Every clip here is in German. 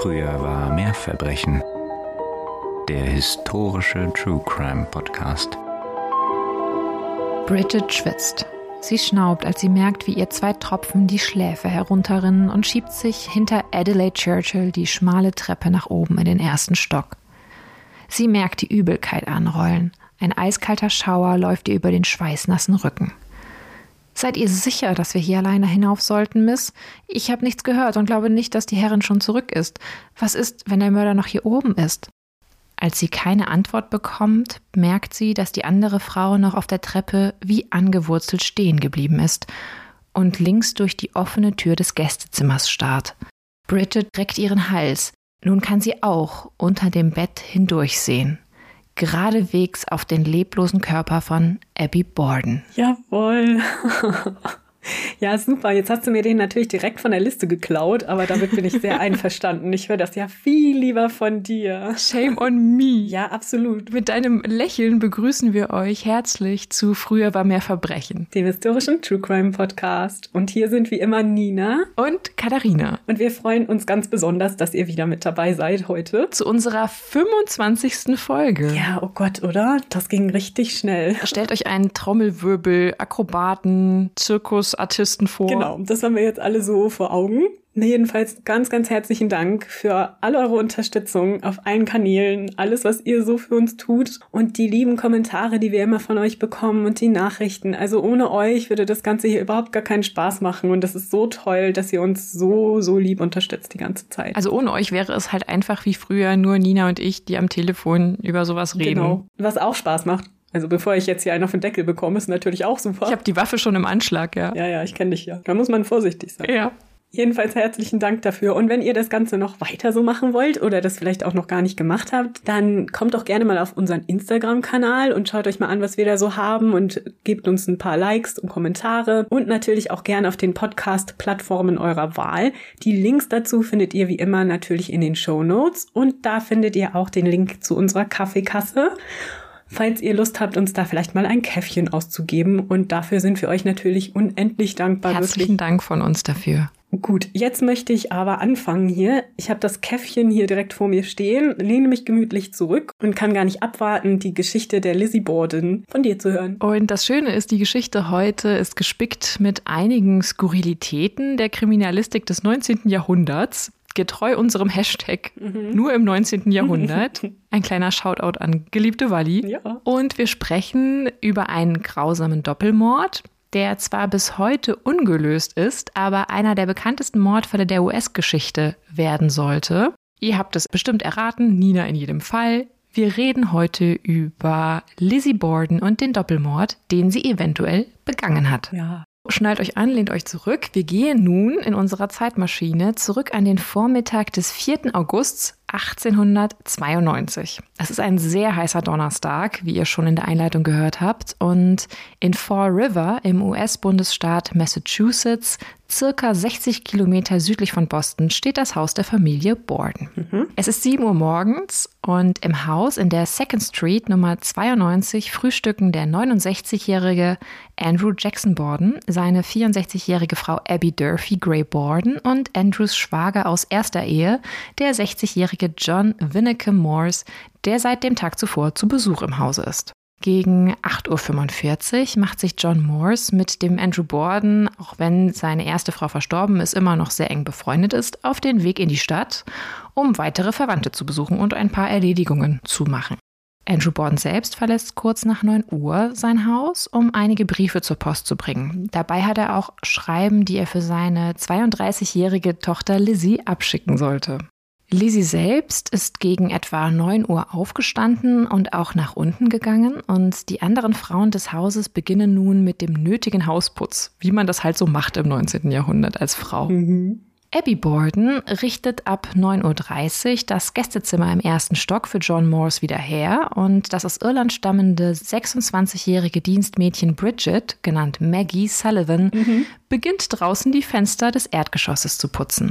Früher war mehr Verbrechen. Der historische True Crime Podcast. Bridget schwitzt. Sie schnaubt, als sie merkt, wie ihr 2 Tropfen die Schläfe herunterrinnen und schiebt sich hinter Adelaide Churchill die schmale Treppe nach oben in den 1. Stock. Sie merkt die Übelkeit anrollen. Ein eiskalter Schauer läuft ihr über den schweißnassen Rücken. »Seid ihr sicher, dass wir hier alleine hinauf sollten, Miss? Ich habe nichts gehört und glaube nicht, dass die Herrin schon zurück ist. Was ist, wenn der Mörder noch hier oben ist?« Als sie keine Antwort bekommt, merkt sie, dass die andere Frau noch auf der Treppe wie angewurzelt stehen geblieben ist und links durch die offene Tür des Gästezimmers starrt. Bridget reckt ihren Hals. Nun kann sie auch unter dem Bett hindurchsehen. Geradewegs auf den leblosen Körper von Abby Borden. Jawohl. Ja, super. Jetzt hast du mir den natürlich direkt von der Liste geklaut, aber damit bin ich sehr einverstanden. Ich höre das ja viel lieber von dir. Shame on me. Ja, absolut. Mit deinem Lächeln begrüßen wir euch herzlich zu Früher war mehr Verbrechen, dem historischen True Crime Podcast. Und hier sind wie immer Nina und Katharina. Und wir freuen uns ganz besonders, dass ihr wieder mit dabei seid heute. Zu unserer 25. Folge. Ja, oh Gott, oder? Das ging richtig schnell. Stellt euch einen Trommelwirbel, Akrobaten, Zirkusartisten vor. Genau, das haben wir jetzt alle so vor Augen. Jedenfalls ganz, ganz herzlichen Dank für all eure Unterstützung auf allen Kanälen, alles, was ihr so für uns tut und die lieben Kommentare, die wir immer von euch bekommen und die Nachrichten. Also ohne euch würde das Ganze hier überhaupt gar keinen Spaß machen und das ist so toll, dass ihr uns so lieb unterstützt die ganze Zeit. Also ohne euch wäre es halt einfach wie früher nur Nina und ich, die am Telefon über sowas reden. Genau, was auch Spaß macht. Also bevor ich jetzt hier einen auf den Deckel bekomme, ist natürlich auch super. Ich habe die Waffe schon im Anschlag, ja. Ja, ich kenne dich ja. Da muss man vorsichtig sein. Ja. Jedenfalls herzlichen Dank dafür. Und wenn ihr das Ganze noch weiter so machen wollt oder das vielleicht auch noch gar nicht gemacht habt, dann kommt doch gerne mal auf unseren Instagram-Kanal und schaut euch mal an, was wir da so haben und gebt uns ein paar Likes und Kommentare und natürlich auch gerne auf den Podcast-Plattformen eurer Wahl. Die Links dazu findet ihr wie immer natürlich in den Shownotes und da findet ihr auch den Link zu unserer Kaffeekasse. Falls ihr Lust habt, uns da vielleicht mal ein Käffchen auszugeben. Und dafür sind wir euch natürlich unendlich dankbar. Herzlichen Dank von uns dafür. Gut, jetzt möchte ich aber anfangen hier. Ich habe das Käffchen hier direkt vor mir stehen, lehne mich gemütlich zurück und kann gar nicht abwarten, die Geschichte der Lizzie Borden von dir zu hören. Und das Schöne ist, die Geschichte heute ist gespickt mit einigen Skurrilitäten der Kriminalistik des 19. Jahrhunderts. Getreu unserem Hashtag nur im 19. Jahrhundert. Ein kleiner Shoutout an geliebte Walli. Ja. Und wir sprechen über einen grausamen Doppelmord, der zwar bis heute ungelöst ist, aber einer der bekanntesten Mordfälle der US-Geschichte werden sollte. Ihr habt es bestimmt erraten, Nina in jedem Fall. Wir reden heute über Lizzie Borden und den Doppelmord, den sie eventuell begangen hat. Ja. Schnallt euch an, lehnt euch zurück. Wir gehen nun in unserer Zeitmaschine zurück an den Vormittag des 4. August 1892. Es ist ein sehr heißer Donnerstag, wie ihr schon in der Einleitung gehört habt. Und in Fall River im US-Bundesstaat Massachusetts, circa 60 Kilometer südlich von Boston, steht das Haus der Familie Borden. Es ist 7 Uhr morgens und im Haus in der 2nd Street Nummer 92 frühstücken der 69-jährige Andrew Jackson Borden, seine 64-jährige Frau Abby Durfee Gray Borden und Andrews Schwager aus erster Ehe, der 60-jährige John Winnecke Morse, der seit dem Tag zuvor zu Besuch im Hause ist. Gegen 8.45 Uhr macht sich John Morse mit dem Andrew Borden, auch wenn seine erste Frau verstorben ist, immer noch sehr eng befreundet ist, auf den Weg in die Stadt, um weitere Verwandte zu besuchen und ein paar Erledigungen zu machen. Andrew Borden selbst verlässt kurz nach 9 Uhr sein Haus, um einige Briefe zur Post zu bringen. Dabei hat er auch Schreiben, die er für seine 32-jährige Tochter Lizzie abschicken sollte. Lizzie selbst ist gegen etwa 9 Uhr aufgestanden und auch nach unten gegangen und die anderen Frauen des Hauses beginnen nun mit dem nötigen Hausputz, wie man das halt so macht im 19. Jahrhundert als Frau. Abby Borden richtet ab 9.30 Uhr das Gästezimmer im 1. Stock für John Morse wieder her und das aus Irland stammende 26-jährige Dienstmädchen Bridget, genannt Maggie Sullivan, beginnt draußen die Fenster des Erdgeschosses zu putzen.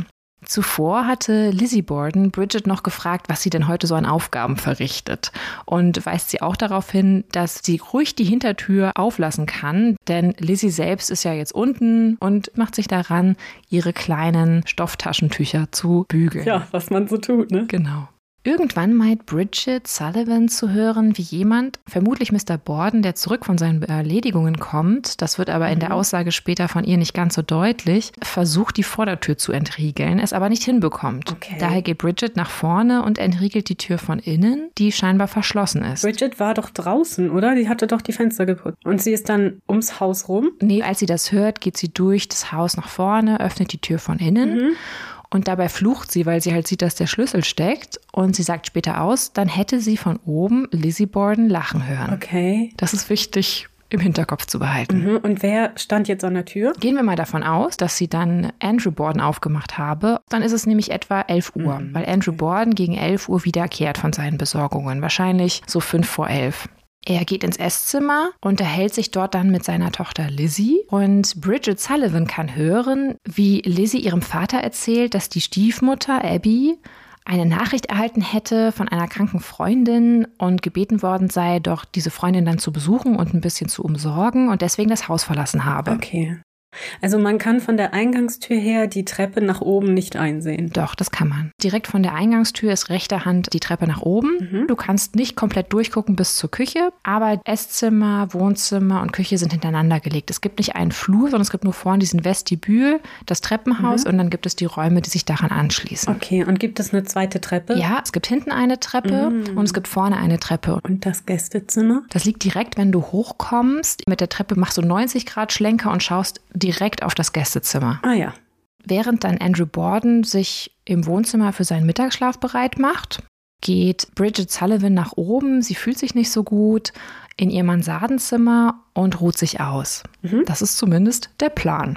Zuvor hatte Lizzie Borden Bridget noch gefragt, was sie denn heute so an Aufgaben verrichtet. Und weist sie auch darauf hin, dass sie ruhig die Hintertür auflassen kann, denn Lizzie selbst ist ja jetzt unten und macht sich daran, ihre kleinen Stofftaschentücher zu bügeln. Ja, was man so tut, ne? Genau. Irgendwann meint Bridget Sullivan zu hören, wie jemand, vermutlich Mr. Borden, der zurück von seinen Erledigungen kommt, das wird aber in der Aussage später von ihr nicht ganz so deutlich, versucht die Vordertür zu entriegeln, es aber nicht hinbekommt. Okay. Daher geht Bridget nach vorne und entriegelt die Tür von innen, die scheinbar verschlossen ist. Bridget war doch draußen, oder? Die hatte doch die Fenster geputzt. Und sie ist dann ums Haus rum? Nee, als sie das hört, geht sie durch das Haus nach vorne, öffnet die Tür von innen. Und dabei flucht sie, weil sie halt sieht, dass der Schlüssel steckt. Und sie sagt später aus, dann hätte sie von oben Lizzie Borden lachen hören. Okay. Das ist wichtig im Hinterkopf zu behalten. Und wer stand jetzt an der Tür? Gehen wir mal davon aus, dass sie dann Andrew Borden aufgemacht habe. Dann ist es nämlich etwa 11 Uhr, weil Andrew Borden gegen 11 Uhr wiederkehrt von seinen Besorgungen. Wahrscheinlich so 5 vor 11. Er geht ins Esszimmer, unterhält sich dort dann mit seiner Tochter Lizzie und Bridget Sullivan kann hören, wie Lizzie ihrem Vater erzählt, dass die Stiefmutter Abby eine Nachricht erhalten hätte von einer kranken Freundin und gebeten worden sei, doch diese Freundin dann zu besuchen und ein bisschen zu umsorgen und deswegen das Haus verlassen habe. Okay. Also man kann von der Eingangstür her die Treppe nach oben nicht einsehen. Doch, das kann man. Direkt von der Eingangstür ist rechter Hand die Treppe nach oben. Du kannst nicht komplett durchgucken bis zur Küche, aber Esszimmer, Wohnzimmer und Küche sind hintereinander gelegt. Es gibt nicht einen Flur, sondern es gibt nur vorne diesen Vestibül, das Treppenhaus und dann gibt es die Räume, die sich daran anschließen. Okay, und gibt es eine zweite Treppe? Ja, es gibt hinten eine Treppe und es gibt vorne eine Treppe. Und das Gästezimmer? Das liegt direkt, wenn du hochkommst. Mit der Treppe machst du 90 Grad Schlenker und schaust direkt auf das Gästezimmer. Ah ja. Während dann Andrew Borden sich im Wohnzimmer für seinen Mittagsschlaf bereit macht, geht Bridget Sullivan nach oben. Sie fühlt sich nicht so gut in ihr Mansardenzimmer und ruht sich aus. Das ist zumindest der Plan.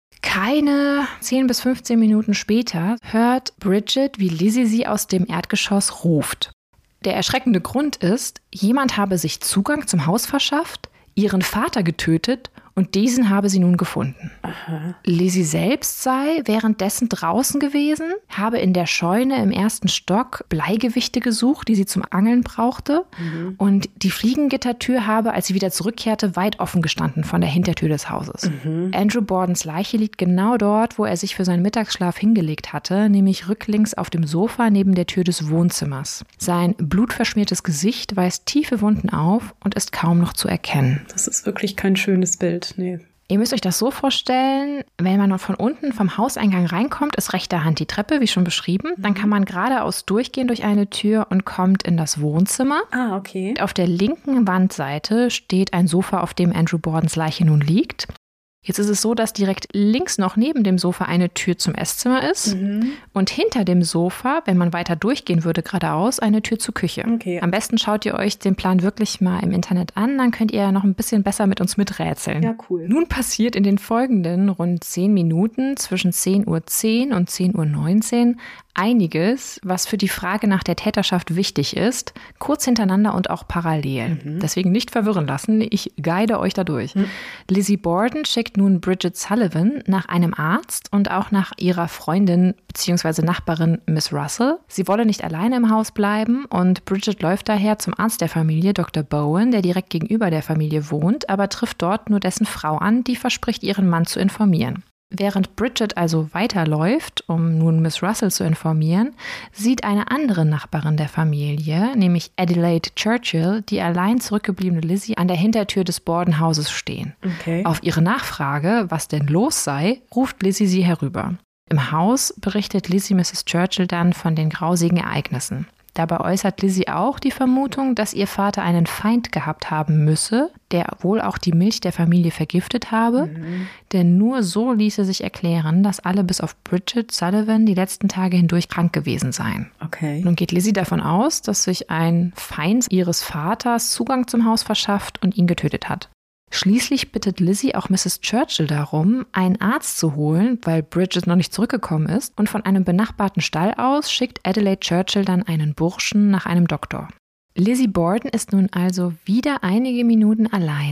Keine 10 bis 15 Minuten später hört Bridget, wie Lizzie sie aus dem Erdgeschoss ruft. Der erschreckende Grund ist, jemand habe sich Zugang zum Haus verschafft, ihren Vater getötet und diesen habe sie nun gefunden. Aha. Lizzie selbst sei währenddessen draußen gewesen, habe in der Scheune im 1. Stock Bleigewichte gesucht, die sie zum Angeln brauchte. Und die Fliegengittertür habe, als sie wieder zurückkehrte, weit offen gestanden von der Hintertür des Hauses. Andrew Bordens Leiche liegt genau dort, wo er sich für seinen Mittagsschlaf hingelegt hatte, nämlich rücklings auf dem Sofa neben der Tür des Wohnzimmers. Sein blutverschmiertes Gesicht weist tiefe Wunden auf und ist kaum noch zu erkennen. Das ist wirklich kein schönes Bild. Nee. Ihr müsst euch das so vorstellen, wenn man von unten vom Hauseingang reinkommt, ist rechter Hand die Treppe, wie schon beschrieben. Dann kann man geradeaus durchgehen durch eine Tür und kommt in das Wohnzimmer. Ah, okay. Auf der linken Wandseite steht ein Sofa, auf dem Andrew Bordens Leiche nun liegt. Jetzt ist es so, dass direkt links noch neben dem Sofa eine Tür zum Esszimmer ist und hinter dem Sofa, wenn man weiter durchgehen würde geradeaus, eine Tür zur Küche. Okay. Am besten schaut ihr euch den Plan wirklich mal im Internet an, dann könnt ihr noch ein bisschen besser mit uns miträtseln. Ja, cool. Nun passiert in den folgenden rund 10 Minuten zwischen 10:10 Uhr und 10:19 Uhr einiges, was für die Frage nach der Täterschaft wichtig ist, kurz hintereinander und auch parallel. Deswegen nicht verwirren lassen, ich guide euch dadurch. Lizzie Borden schickt nun Bridget Sullivan nach einem Arzt und auch nach ihrer Freundin bzw. Nachbarin Miss Russell. Sie wolle nicht alleine im Haus bleiben und Bridget läuft daher zum Arzt der Familie, Dr. Bowen, der direkt gegenüber der Familie wohnt, aber trifft dort nur dessen Frau an, die verspricht, ihren Mann zu informieren. Während Bridget also weiterläuft, um nun Miss Russell zu informieren, sieht eine andere Nachbarin der Familie, nämlich Adelaide Churchill, die allein zurückgebliebene Lizzie an der Hintertür des Borden-Hauses stehen. Okay. Auf ihre Nachfrage, was denn los sei, ruft Lizzie sie herüber. Im Haus berichtet Lizzie Mrs. Churchill dann von den grausigen Ereignissen. Dabei äußert Lizzie auch die Vermutung, dass ihr Vater einen Feind gehabt haben müsse, der wohl auch die Milch der Familie vergiftet habe. Denn nur so ließe sich erklären, dass alle bis auf Bridget Sullivan die letzten Tage hindurch krank gewesen seien. Okay. Nun geht Lizzie davon aus, dass sich ein Feind ihres Vaters Zugang zum Haus verschafft und ihn getötet hat. Schließlich bittet Lizzie auch Mrs. Churchill darum, einen Arzt zu holen, weil Bridget noch nicht zurückgekommen ist. Und von einem benachbarten Stall aus schickt Adelaide Churchill dann einen Burschen nach einem Doktor. Lizzie Borden ist nun also wieder einige Minuten alleine.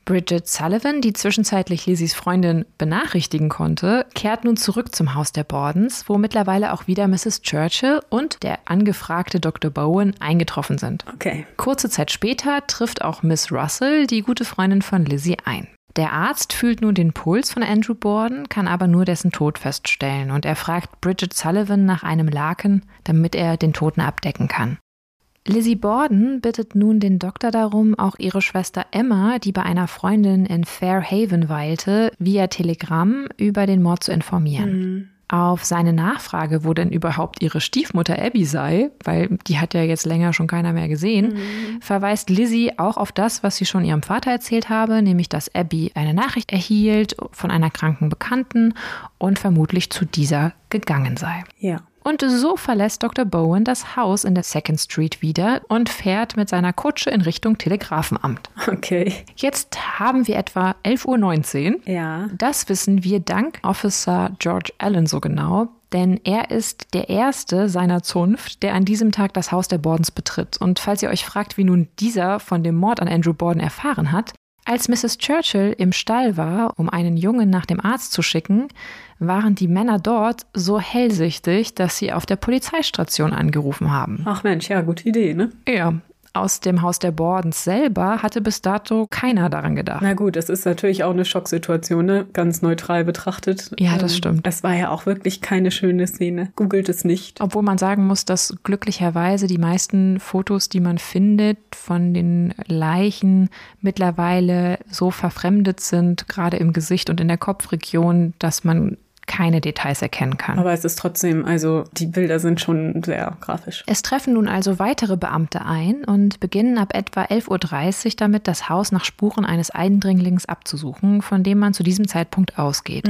Bridget Sullivan, die zwischenzeitlich Lizzies Freundin benachrichtigen konnte, kehrt nun zurück zum Haus der Bordens, wo mittlerweile auch wieder Mrs. Churchill und der angefragte Dr. Bowen eingetroffen sind. Okay. Kurze Zeit später trifft auch Miss Russell, die gute Freundin von Lizzie, ein. Der Arzt fühlt nun den Puls von Andrew Borden, kann aber nur dessen Tod feststellen und er fragt Bridget Sullivan nach einem Laken, damit er den Toten abdecken kann. Lizzie Borden bittet nun den Doktor darum, auch ihre Schwester Emma, die bei einer Freundin in Fairhaven weilte, via Telegramm über den Mord zu informieren. Auf seine Nachfrage, wo denn überhaupt ihre Stiefmutter Abby sei, weil die hat ja jetzt länger schon keiner mehr gesehen, verweist Lizzie auch auf das, was sie schon ihrem Vater erzählt habe, nämlich dass Abby eine Nachricht erhielt von einer kranken Bekannten und vermutlich zu dieser gegangen sei. Ja. Und so verlässt Dr. Bowen das Haus in der Second Street wieder und fährt mit seiner Kutsche in Richtung Telegrafenamt. Okay. Jetzt haben wir etwa 11:19 Uhr. Ja. Das wissen wir dank Officer George Allen so genau, denn er ist der Erste seiner Zunft, der an diesem Tag das Haus der Bordens betritt. Und falls ihr euch fragt, wie nun dieser von dem Mord an Andrew Borden erfahren hat, als Mrs. Churchill im Stall war, um einen Jungen nach dem Arzt zu schicken, waren die Männer dort so hellsichtig, dass sie auf der Polizeistation angerufen haben. Ach Mensch, ja, gute Idee, ne? Ja, aus dem Haus der Bordens selber hatte bis dato keiner daran gedacht. Na gut, das ist natürlich auch eine Schocksituation, ne? Ganz neutral betrachtet. Ja, das stimmt. Es war ja auch wirklich keine schöne Szene. Googelt es nicht. Obwohl man sagen muss, dass glücklicherweise die meisten Fotos, die man findet von den Leichen, mittlerweile so verfremdet sind, gerade im Gesicht und in der Kopfregion, dass man keine Details erkennen kann. Aber es ist trotzdem, also die Bilder sind schon sehr grafisch. Es treffen nun also weitere Beamte ein und beginnen ab etwa 11:30 Uhr damit, das Haus nach Spuren eines Eindringlings abzusuchen, von dem man zu diesem Zeitpunkt ausgeht.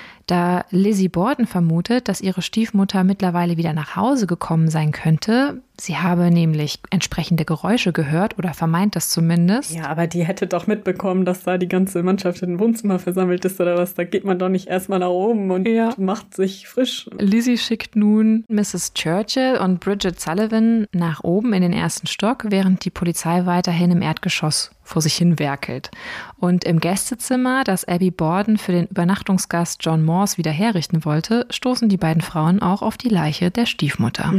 Da Lizzie Borden vermutet, dass ihre Stiefmutter mittlerweile wieder nach Hause gekommen sein könnte, sie habe nämlich entsprechende Geräusche gehört oder vermeint das zumindest. Ja, aber die hätte doch mitbekommen, dass da die ganze Mannschaft im Wohnzimmer versammelt ist oder was. Da geht man doch nicht erstmal nach oben und macht sich frisch. Lizzie schickt nun Mrs. Churchill und Bridget Sullivan nach oben in den ersten Stock, während die Polizei weiterhin im Erdgeschoss vor sich hin werkelt. Und im Gästezimmer, das Abby Borden für den Übernachtungsgast John Morse wieder herrichten wollte, stoßen die beiden Frauen auch auf die Leiche der Stiefmutter.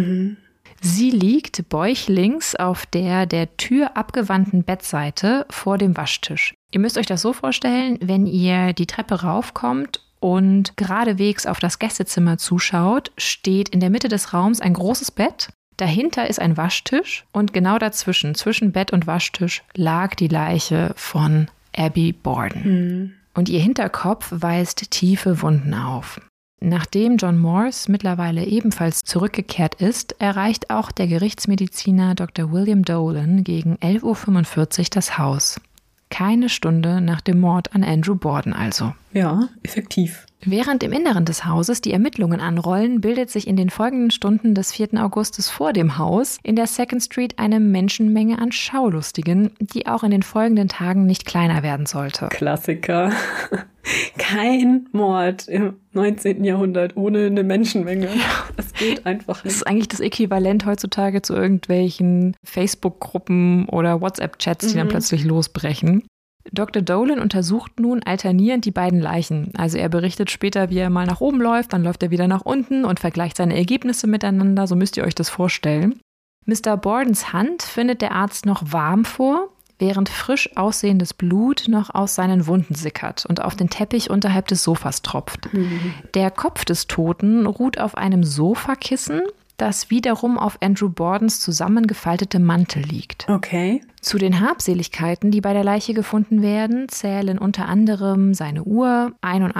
Sie liegt bäuchlings auf der Tür abgewandten Bettseite vor dem Waschtisch. Ihr müsst euch das so vorstellen, wenn ihr die Treppe raufkommt und geradewegs auf das Gästezimmer zuschaut, steht in der Mitte des Raums ein großes Bett. Dahinter ist ein Waschtisch und genau dazwischen, zwischen Bett und Waschtisch, lag die Leiche von Abby Borden. Und ihr Hinterkopf weist tiefe Wunden auf. Nachdem John Morse mittlerweile ebenfalls zurückgekehrt ist, erreicht auch der Gerichtsmediziner Dr. William Dolan gegen 11:45 Uhr das Haus. Keine Stunde nach dem Mord an Andrew Borden also. Ja, effektiv. Während im Inneren des Hauses die Ermittlungen anrollen, bildet sich in den folgenden Stunden des 4. Augustes vor dem Haus in der Second Street eine Menschenmenge an Schaulustigen, die auch in den folgenden Tagen nicht kleiner werden sollte. Klassiker. Kein Mord im 19. Jahrhundert ohne eine Menschenmenge. Das geht einfach nicht. Das ist eigentlich das Äquivalent heutzutage zu irgendwelchen Facebook-Gruppen oder WhatsApp-Chats, die dann plötzlich losbrechen. Dr. Dolan untersucht nun alternierend die beiden Leichen. Also er berichtet später, wie er mal nach oben läuft, dann läuft er wieder nach unten und vergleicht seine Ergebnisse miteinander. So müsst ihr euch das vorstellen. Mr. Bordens Hand findet der Arzt noch warm vor, während frisch aussehendes Blut noch aus seinen Wunden sickert und auf den Teppich unterhalb des Sofas tropft. Der Kopf des Toten ruht auf einem Sofakissen, das wiederum auf Andrew Bordens zusammengefaltetem Mantel liegt. Okay. Zu den Habseligkeiten, die bei der Leiche gefunden werden, zählen unter anderem seine Uhr,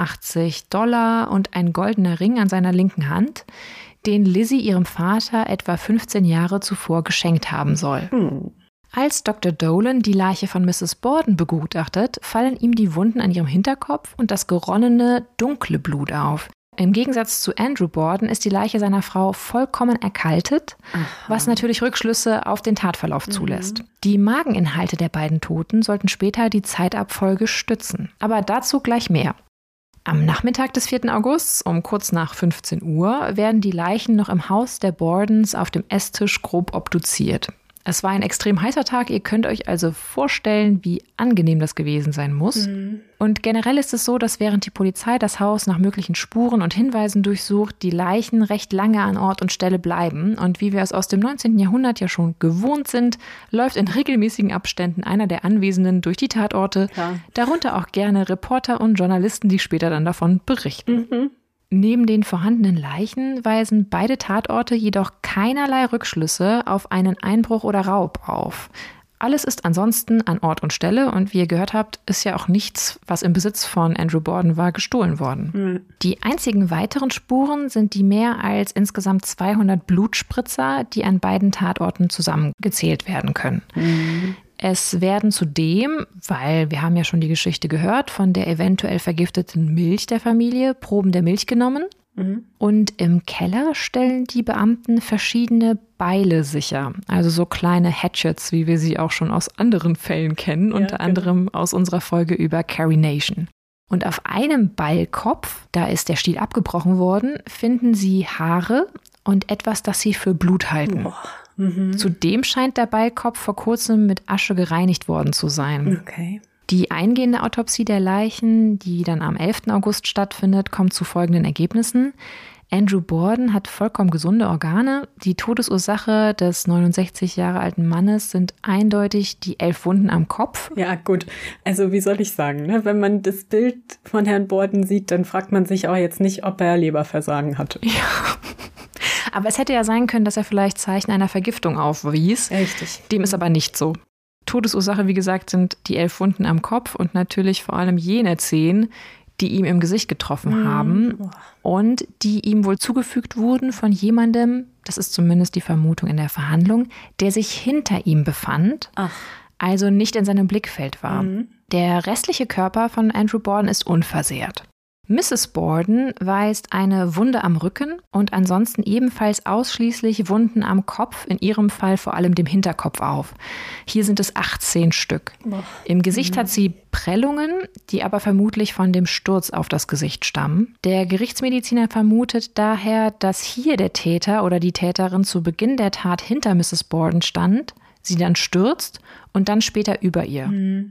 $81 und ein goldener Ring an seiner linken Hand, den Lizzie ihrem Vater etwa 15 Jahre zuvor geschenkt haben soll. Als Dr. Dolan die Leiche von Mrs. Borden begutachtet, fallen ihm die Wunden an ihrem Hinterkopf und das geronnene, dunkle Blut auf. Im Gegensatz zu Andrew Borden ist die Leiche seiner Frau vollkommen erkaltet, was natürlich Rückschlüsse auf den Tatverlauf zulässt. Die Mageninhalte der beiden Toten sollten später die Zeitabfolge stützen. Aber dazu gleich mehr. Am Nachmittag des 4. Augusts, um kurz nach 15 Uhr, werden die Leichen noch im Haus der Bordens auf dem Esstisch grob obduziert. Es war ein extrem heißer Tag. Ihr könnt euch also vorstellen, wie angenehm das gewesen sein muss. Und generell ist es so, dass während die Polizei das Haus nach möglichen Spuren und Hinweisen durchsucht, die Leichen recht lange an Ort und Stelle bleiben. Und wie wir es aus dem 19. Jahrhundert ja schon gewohnt sind, läuft in regelmäßigen Abständen einer der Anwesenden durch die Tatorte. Klar. Darunter auch gerne Reporter und Journalisten, die später dann davon berichten. Neben den vorhandenen Leichen weisen beide Tatorte jedoch keinerlei Rückschlüsse auf einen Einbruch oder Raub auf. Alles ist ansonsten an Ort und Stelle und wie ihr gehört habt, ist ja auch nichts, was im Besitz von Andrew Borden war, gestohlen worden. Die einzigen weiteren Spuren sind die mehr als insgesamt 200 Blutspritzer, die an beiden Tatorten zusammengezählt werden können. Es werden zudem, weil wir haben ja schon die Geschichte gehört, von der eventuell vergifteten Milch der Familie Proben der Milch genommen. Und im Keller stellen die Beamten verschiedene Beile sicher. Also so kleine Hatchets, wie wir sie auch schon aus anderen Fällen kennen, unter anderem aus unserer Folge über Carrie Nation. Und auf einem Beilkopf, da ist der Stiel abgebrochen worden, finden sie Haare und etwas, das sie für Blut halten. Zudem scheint der Beilkopf vor kurzem mit Asche gereinigt worden zu sein. Okay. Die eingehende Autopsie der Leichen, die dann am 11. August stattfindet, kommt zu folgenden Ergebnissen. Andrew Borden hat vollkommen gesunde Organe. Die Todesursache des 69 Jahre alten Mannes sind eindeutig die 11 Wunden am Kopf. Ja, gut. Also wie soll ich sagen, ne? Wenn man das Bild von Herrn Borden sieht, dann fragt man sich auch jetzt nicht, ob er Leberversagen hatte. Ja. Aber es hätte ja sein können, dass er vielleicht Zeichen einer Vergiftung aufwies. Richtig. Dem ist aber nicht so. Todesursache, wie gesagt, sind die 11 Wunden am Kopf und natürlich vor allem jene 10, die ihm im Gesicht getroffen haben und die ihm wohl zugefügt wurden von jemandem, das ist zumindest die Vermutung in der Verhandlung, der sich hinter ihm befand, also nicht in seinem Blickfeld war. Der restliche Körper von Andrew Borden ist unversehrt. Mrs. Borden weist eine Wunde am Rücken und ansonsten ebenfalls ausschließlich Wunden am Kopf, in ihrem Fall vor allem dem Hinterkopf auf. Hier sind es 18 Stück. Im Gesicht hat sie Prellungen, die aber vermutlich von dem Sturz auf das Gesicht stammen. Der Gerichtsmediziner vermutet daher, dass hier der Täter oder die Täterin zu Beginn der Tat hinter Mrs. Borden stand, sie dann stürzt und dann später über ihr.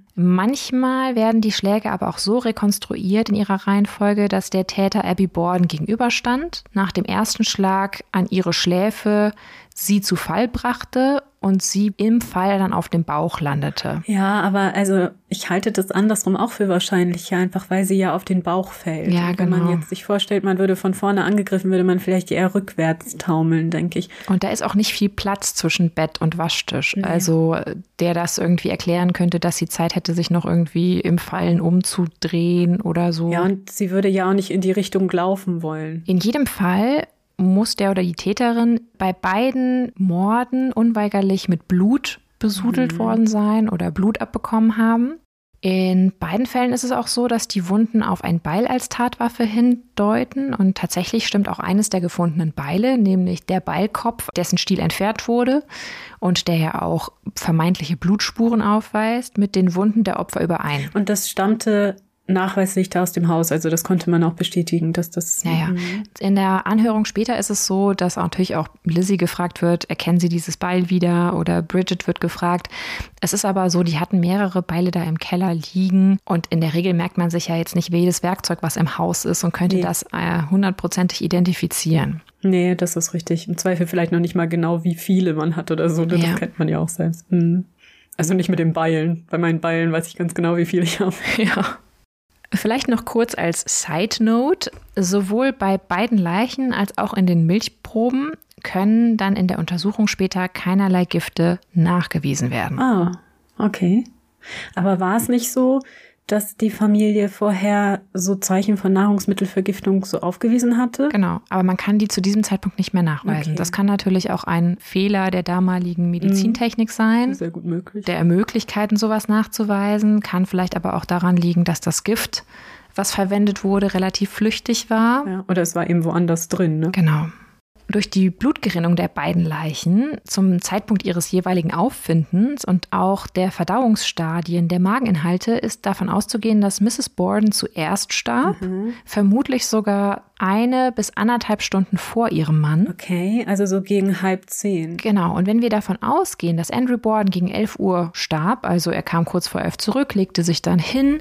Manchmal werden die Schläge aber auch so rekonstruiert in ihrer Reihenfolge, dass der Täter Abby Borden gegenüberstand, nach dem ersten Schlag an ihre Schläfe sie zu Fall brachte und sie im Fall dann auf dem Bauch landete. Ja, aber also ich halte das andersrum auch für wahrscheinlicher, einfach weil sie ja auf den Bauch fällt. Ja, und wenn man jetzt sich vorstellt, man würde von vorne angegriffen, würde man vielleicht eher rückwärts taumeln, denke ich. Und da ist auch nicht viel Platz zwischen Bett und Waschtisch. Nee. Also der das irgendwie erklären könnte, dass sie Zeit hätte, sich noch irgendwie im Fallen umzudrehen oder so. Ja, und sie würde ja auch nicht in die Richtung laufen wollen. In jedem Fall muss der oder die Täterin bei beiden Morden unweigerlich mit Blut besudelt worden sein oder Blut abbekommen haben. In beiden Fällen ist es auch so, dass die Wunden auf ein Beil als Tatwaffe hindeuten. Und tatsächlich stimmt auch eines der gefundenen Beile, nämlich der Beilkopf, dessen Stiel entfernt wurde und der ja auch vermeintliche Blutspuren aufweist, mit den Wunden der Opfer überein. Und das stammte nachweislich da aus dem Haus, also das konnte man auch bestätigen, dass das... Ja. In der Anhörung später ist es so, dass natürlich auch Lizzie gefragt wird, erkennen Sie dieses Beil wieder, oder Bridget wird gefragt. Es ist aber so, die hatten mehrere Beile da im Keller liegen und in der Regel merkt man sich ja jetzt nicht jedes Werkzeug, was im Haus ist und könnte das 100%ig identifizieren. Nee, das ist richtig. Im Zweifel vielleicht noch nicht mal genau, wie viele man hat oder so, das kennt man ja auch selbst. Also nicht mit den Beilen. Bei meinen Beilen weiß ich ganz genau, wie viele ich habe. Ja. Vielleicht noch kurz als Side Note, sowohl bei beiden Leichen als auch in den Milchproben können dann in der Untersuchung später keinerlei Gifte nachgewiesen werden. Ah, okay. Aber war es nicht so, dass die Familie vorher so Zeichen von Nahrungsmittelvergiftung so aufgewiesen hatte? Genau, aber man kann die zu diesem Zeitpunkt nicht mehr nachweisen. Okay. Das kann natürlich auch ein Fehler der damaligen Medizintechnik sein. Sehr gut möglich. Der Möglichkeiten, sowas nachzuweisen, kann vielleicht aber auch daran liegen, dass das Gift, was verwendet wurde, relativ flüchtig war. Ja, oder es war eben woanders drin, ne? Genau. Durch die Blutgerinnung der beiden Leichen zum Zeitpunkt ihres jeweiligen Auffindens und auch der Verdauungsstadien der Mageninhalte ist davon auszugehen, dass Mrs. Borden zuerst starb, vermutlich sogar 1 bis 1,5 Stunden vor ihrem Mann. Okay, also so gegen 9:30. Genau, und wenn wir davon ausgehen, dass Andrew Borden gegen 11 Uhr starb, also er kam kurz vor 11 zurück, legte sich dann hin,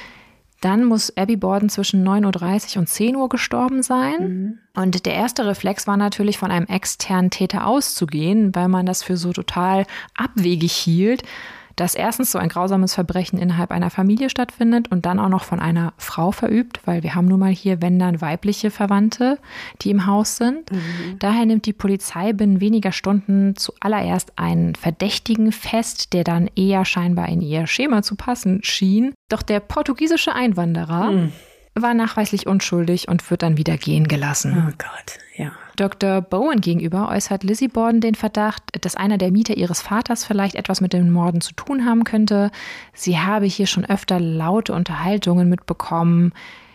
dann muss Abby Borden zwischen 9:30 und 10 Uhr gestorben sein. Und der erste Reflex war natürlich, von einem externen Täter auszugehen, weil man das für so total abwegig hielt, dass erstens so ein grausames Verbrechen innerhalb einer Familie stattfindet und dann auch noch von einer Frau verübt, weil wir haben nun mal hier, wenn dann, weibliche Verwandte, die im Haus sind. Daher nimmt die Polizei binnen weniger Stunden zuallererst einen Verdächtigen fest, der dann eher scheinbar in ihr Schema zu passen schien. Doch der portugiesische Einwanderer war nachweislich unschuldig und wird dann wieder gehen gelassen. Oh Gott, ja. Dr. Bowen gegenüber äußert Lizzie Borden den Verdacht, dass einer der Mieter ihres Vaters vielleicht etwas mit den Morden zu tun haben könnte. Sie habe hier schon öfter laute Unterhaltungen mitbekommen,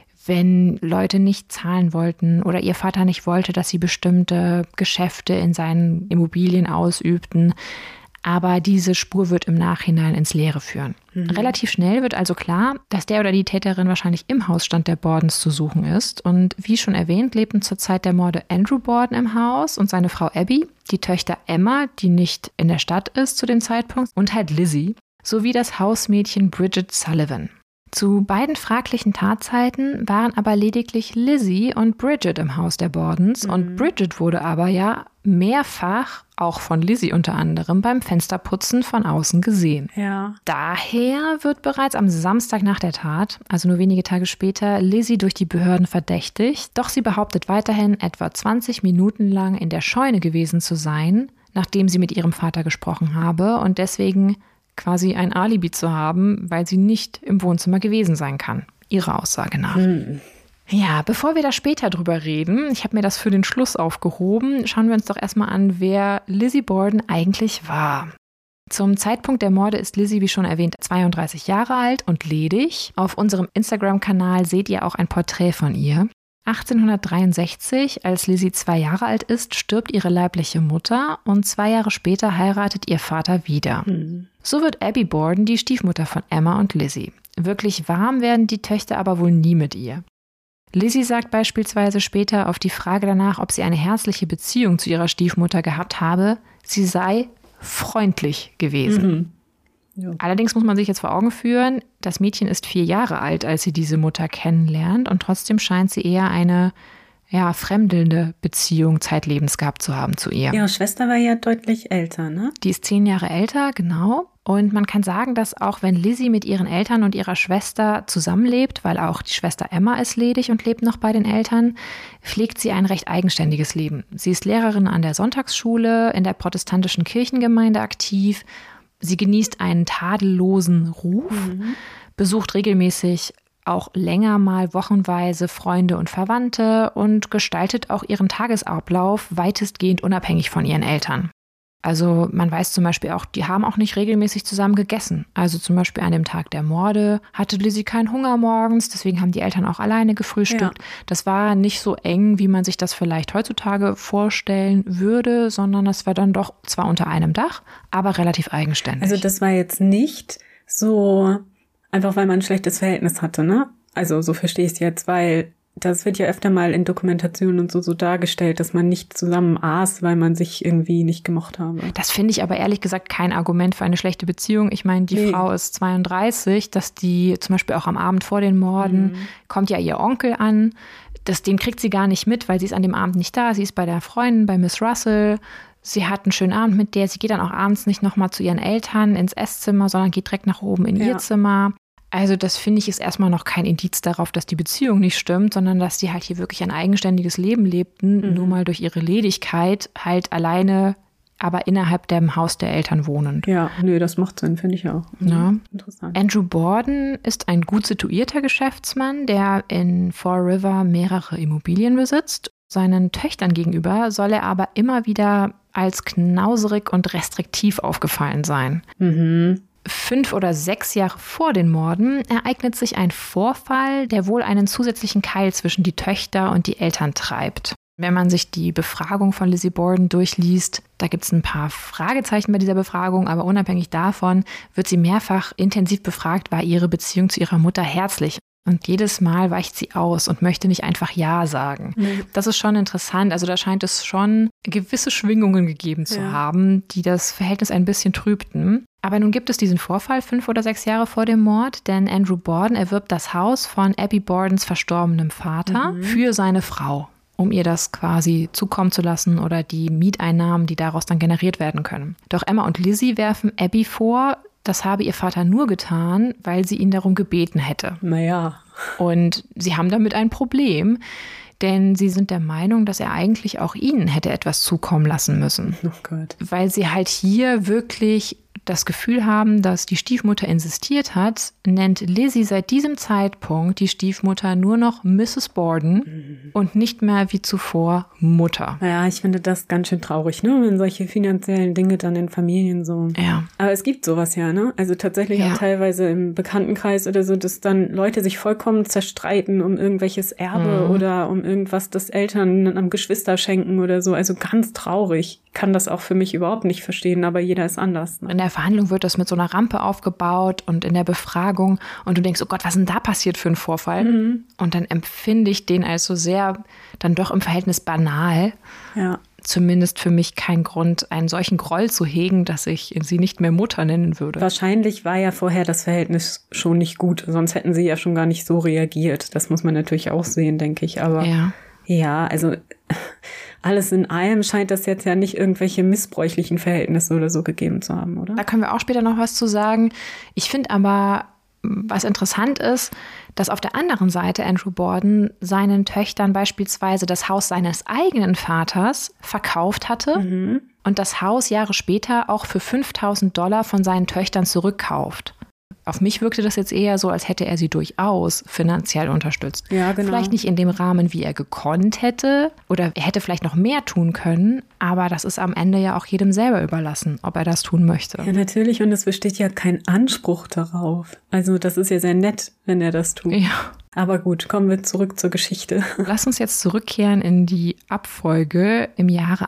wenn Leute nicht zahlen wollten oder ihr Vater nicht wollte, dass sie bestimmte Geschäfte in seinen Immobilien ausübten. Aber diese Spur wird im Nachhinein ins Leere führen. Relativ schnell wird also klar, dass der oder die Täterin wahrscheinlich im Hausstand der Bordens zu suchen ist. Und wie schon erwähnt, lebten zur Zeit der Morde Andrew Borden im Haus und seine Frau Abby, die Töchter Emma, die nicht in der Stadt ist zu dem Zeitpunkt, und halt Lizzie, sowie das Hausmädchen Bridget Sullivan. Zu beiden fraglichen Tatzeiten waren aber lediglich Lizzie und Bridget im Haus der Bordens. Und Bridget wurde aber ja mehrfach, auch von Lizzie unter anderem, beim Fensterputzen von außen gesehen. Ja. Daher wird bereits am Samstag nach der Tat, also nur wenige Tage später, Lizzie durch die Behörden verdächtigt. Doch sie behauptet weiterhin, etwa 20 Minuten lang in der Scheune gewesen zu sein, nachdem sie mit ihrem Vater gesprochen habe und deswegen quasi ein Alibi zu haben, weil sie nicht im Wohnzimmer gewesen sein kann, ihrer Aussage nach. Ja, bevor wir da später drüber reden, ich habe mir das für den Schluss aufgehoben, schauen wir uns doch erstmal an, wer Lizzie Borden eigentlich war. Zum Zeitpunkt der Morde ist Lizzie, wie schon erwähnt, 32 Jahre alt und ledig. Auf unserem Instagram-Kanal seht ihr auch ein Porträt von ihr. 1863, als Lizzie 2 Jahre alt ist, stirbt ihre leibliche Mutter und 2 Jahre später heiratet ihr Vater wieder. So wird Abby Borden die Stiefmutter von Emma und Lizzie. Wirklich warm werden die Töchter aber wohl nie mit ihr. Lizzie sagt beispielsweise später auf die Frage danach, ob sie eine herzliche Beziehung zu ihrer Stiefmutter gehabt habe, sie sei freundlich gewesen. Ja. Allerdings muss man sich jetzt vor Augen führen, das Mädchen ist 4 Jahre alt, als sie diese Mutter kennenlernt und trotzdem scheint sie eher eine fremdelnde Beziehung zeitlebens gehabt zu haben zu ihr. Ihre Schwester war ja deutlich älter, ne? Die ist 10 Jahre älter, genau. Und man kann sagen, dass auch wenn Lizzie mit ihren Eltern und ihrer Schwester zusammenlebt, weil auch die Schwester Emma ist ledig und lebt noch bei den Eltern, pflegt sie ein recht eigenständiges Leben. Sie ist Lehrerin an der Sonntagsschule, in der protestantischen Kirchengemeinde aktiv. Sie genießt einen tadellosen Ruf, besucht regelmäßig auch länger mal wochenweise Freunde und Verwandte und gestaltet auch ihren Tagesablauf weitestgehend unabhängig von ihren Eltern. Also man weiß zum Beispiel auch, die haben auch nicht regelmäßig zusammen gegessen. Also zum Beispiel an dem Tag der Morde hatte Lizzie keinen Hunger morgens, deswegen haben die Eltern auch alleine gefrühstückt. Ja. Das war nicht so eng, wie man sich das vielleicht heutzutage vorstellen würde, sondern das war dann doch zwar unter einem Dach, aber relativ eigenständig. Also das war jetzt nicht so einfach, weil man ein schlechtes Verhältnis hatte, ne? Also so verstehe ich es jetzt, weil das wird ja öfter mal in Dokumentationen und so dargestellt, dass man nicht zusammen aß, weil man sich irgendwie nicht gemocht habe. Das finde ich aber ehrlich gesagt kein Argument für eine schlechte Beziehung. Ich meine, die Frau ist 32, dass die zum Beispiel auch am Abend vor den Morden kommt ja ihr Onkel an. Den kriegt sie gar nicht mit, weil sie ist an dem Abend nicht da. Sie ist bei der Freundin, bei Miss Russell. Sie hat einen schönen Abend mit der. Sie geht dann auch abends nicht nochmal zu ihren Eltern ins Esszimmer, sondern geht direkt nach oben in ihr Zimmer. Also das finde ich ist erstmal noch kein Indiz darauf, dass die Beziehung nicht stimmt, sondern dass die halt hier wirklich ein eigenständiges Leben lebten, nur mal durch ihre Ledigkeit halt alleine, aber innerhalb dem Haus der Eltern wohnend. Ja, das macht Sinn, finde ich auch. Ja. Interessant. Andrew Borden ist ein gut situierter Geschäftsmann, der in Fall River mehrere Immobilien besitzt. Seinen Töchtern gegenüber soll er aber immer wieder als knauserig und restriktiv aufgefallen sein. 5 oder 6 Jahre vor den Morden ereignet sich ein Vorfall, der wohl einen zusätzlichen Keil zwischen die Töchter und die Eltern treibt. Wenn man sich die Befragung von Lizzie Borden durchliest, da gibt es ein paar Fragezeichen bei dieser Befragung, aber unabhängig davon wird sie mehrfach intensiv befragt, war ihre Beziehung zu ihrer Mutter herzlich. Und jedes Mal weicht sie aus und möchte nicht einfach Ja sagen. Nee. Das ist schon interessant. Also da scheint es schon gewisse Schwingungen gegeben zu haben, die das Verhältnis ein bisschen trübten. Aber nun gibt es diesen Vorfall 5 oder 6 Jahre vor dem Mord, denn Andrew Borden erwirbt das Haus von Abby Bordens verstorbenem Vater für seine Frau, um ihr das quasi zukommen zu lassen oder die Mieteinnahmen, die daraus dann generiert werden können. Doch Emma und Lizzie werfen Abby vor, das habe ihr Vater nur getan, weil sie ihn darum gebeten hätte. Naja. Und sie haben damit ein Problem, denn sie sind der Meinung, dass er eigentlich auch ihnen hätte etwas zukommen lassen müssen. Oh Gott. Weil sie halt hier wirklich das Gefühl haben, dass die Stiefmutter insistiert hat, nennt Lizzie seit diesem Zeitpunkt die Stiefmutter nur noch Mrs. Borden und nicht mehr wie zuvor Mutter. Ja, ich finde das ganz schön traurig, ne? Wenn solche finanziellen Dinge dann in Familien so. Ja. Aber es gibt sowas ja, ne? Also tatsächlich auch teilweise im Bekanntenkreis oder so, dass dann Leute sich vollkommen zerstreiten um irgendwelches Erbe oder um irgendwas, das Eltern am Geschwister schenken oder so. Also ganz traurig. Ich kann das auch für mich überhaupt nicht verstehen, aber jeder ist anders. Ne? In der Verhandlung wird das mit so einer Rampe aufgebaut und in der Befragung und du denkst, oh Gott, was ist denn da passiert für ein Vorfall? Und dann empfinde ich den als so sehr, dann doch im Verhältnis banal. Ja. Zumindest für mich kein Grund, einen solchen Groll zu hegen, dass ich sie nicht mehr Mutter nennen würde. Wahrscheinlich war ja vorher das Verhältnis schon nicht gut, sonst hätten sie ja schon gar nicht so reagiert. Das muss man natürlich auch sehen, denke ich. Aber ja, also alles in allem scheint das jetzt ja nicht irgendwelche missbräuchlichen Verhältnisse oder so gegeben zu haben, oder? Da können wir auch später noch was zu sagen. Ich finde aber, was interessant ist, dass auf der anderen Seite Andrew Borden seinen Töchtern beispielsweise das Haus seines eigenen Vaters verkauft hatte und das Haus Jahre später auch für $5.000 von seinen Töchtern zurückkauft. Auf mich wirkte das jetzt eher so, als hätte er sie durchaus finanziell unterstützt. Ja, genau. Vielleicht nicht in dem Rahmen, wie er gekonnt hätte oder er hätte vielleicht noch mehr tun können, aber das ist am Ende ja auch jedem selber überlassen, ob er das tun möchte. Ja, natürlich, und es besteht ja kein Anspruch darauf. Also das ist ja sehr nett, wenn er das tut. Ja. Aber gut, kommen wir zurück zur Geschichte. Lass uns jetzt zurückkehren in die Abfolge im Jahre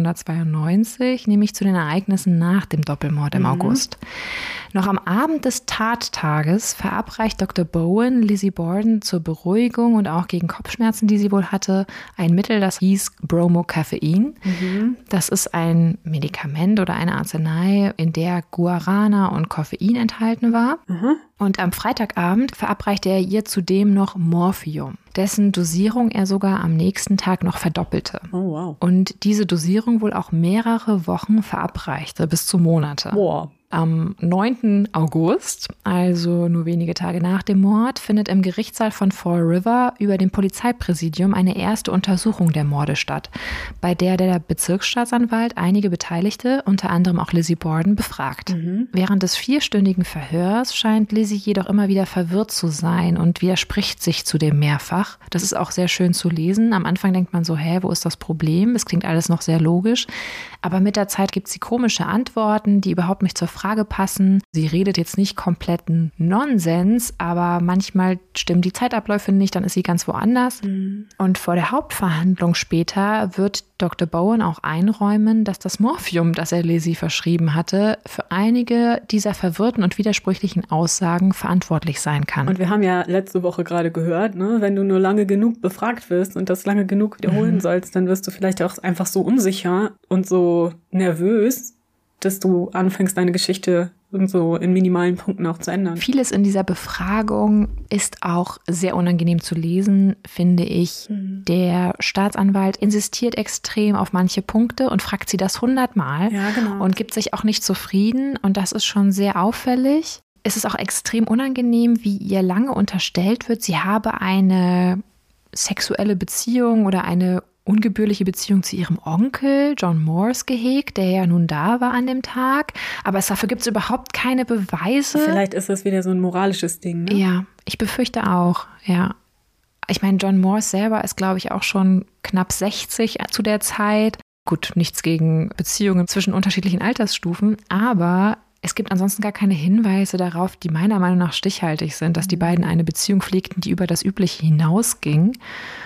1892, nämlich zu den Ereignissen nach dem Doppelmord im August. Noch am Abend des Tattages verabreicht Dr. Bowen Lizzie Borden zur Beruhigung und auch gegen Kopfschmerzen, die sie wohl hatte, ein Mittel, das hieß Bromocaffein. Das ist ein Medikament oder eine Arznei, in der Guarana und Koffein enthalten war. Und am Freitagabend verabreichte er ihr zudem noch Morphium, dessen Dosierung er sogar am nächsten Tag noch verdoppelte. Oh, wow. Und diese Dosierung wohl auch mehrere Wochen verabreichte, bis zu Monate. Wow. Am 9. August, also nur wenige Tage nach dem Mord, findet im Gerichtssaal von Fall River über dem Polizeipräsidium eine erste Untersuchung der Morde statt, bei der Bezirksstaatsanwalt einige Beteiligte, unter anderem auch Lizzie Borden, befragt. Während des 4-stündigen Verhörs scheint Lizzie jedoch immer wieder verwirrt zu sein und widerspricht sich zudem mehrfach. Das ist auch sehr schön zu lesen. Am Anfang denkt man so, wo ist das Problem? Es klingt alles noch sehr logisch. Aber mit der Zeit gibt sie komische Antworten, die überhaupt nicht zur Frage passen. Sie redet jetzt nicht kompletten Nonsens, aber manchmal stimmen die Zeitabläufe nicht, dann ist sie ganz woanders. Und vor der Hauptverhandlung später wird Dr. Bowen auch einräumen, dass das Morphium, das er Lizzie verschrieben hatte, für einige dieser verwirrten und widersprüchlichen Aussagen verantwortlich sein kann. Und wir haben ja letzte Woche gerade gehört, ne, wenn du nur lange genug befragt wirst und das lange genug wiederholen sollst, dann wirst du vielleicht auch einfach so unsicher und so nervös, dass du anfängst, deine Geschichte und so in minimalen Punkten auch zu ändern. Vieles in dieser Befragung ist auch sehr unangenehm zu lesen, finde ich. Der Staatsanwalt insistiert extrem auf manche Punkte und fragt sie das 100-mal und gibt sich auch nicht zufrieden. Und das ist schon sehr auffällig. Es ist auch extrem unangenehm, wie ihr lange unterstellt wird, sie habe eine sexuelle Beziehung oder eine ungebührliche Beziehung zu ihrem Onkel John Morse gehegt, der ja nun da war an dem Tag. Aber dafür gibt es überhaupt keine Beweise. Vielleicht ist das wieder so ein moralisches Ding, ne? Ja, ich befürchte auch, ja. Ich meine, John Morse selber ist, glaube ich, auch schon knapp 60 zu der Zeit. Gut, nichts gegen Beziehungen zwischen unterschiedlichen Altersstufen, aber es gibt ansonsten gar keine Hinweise darauf, die meiner Meinung nach stichhaltig sind, dass die beiden eine Beziehung pflegten, die über das Übliche hinausging.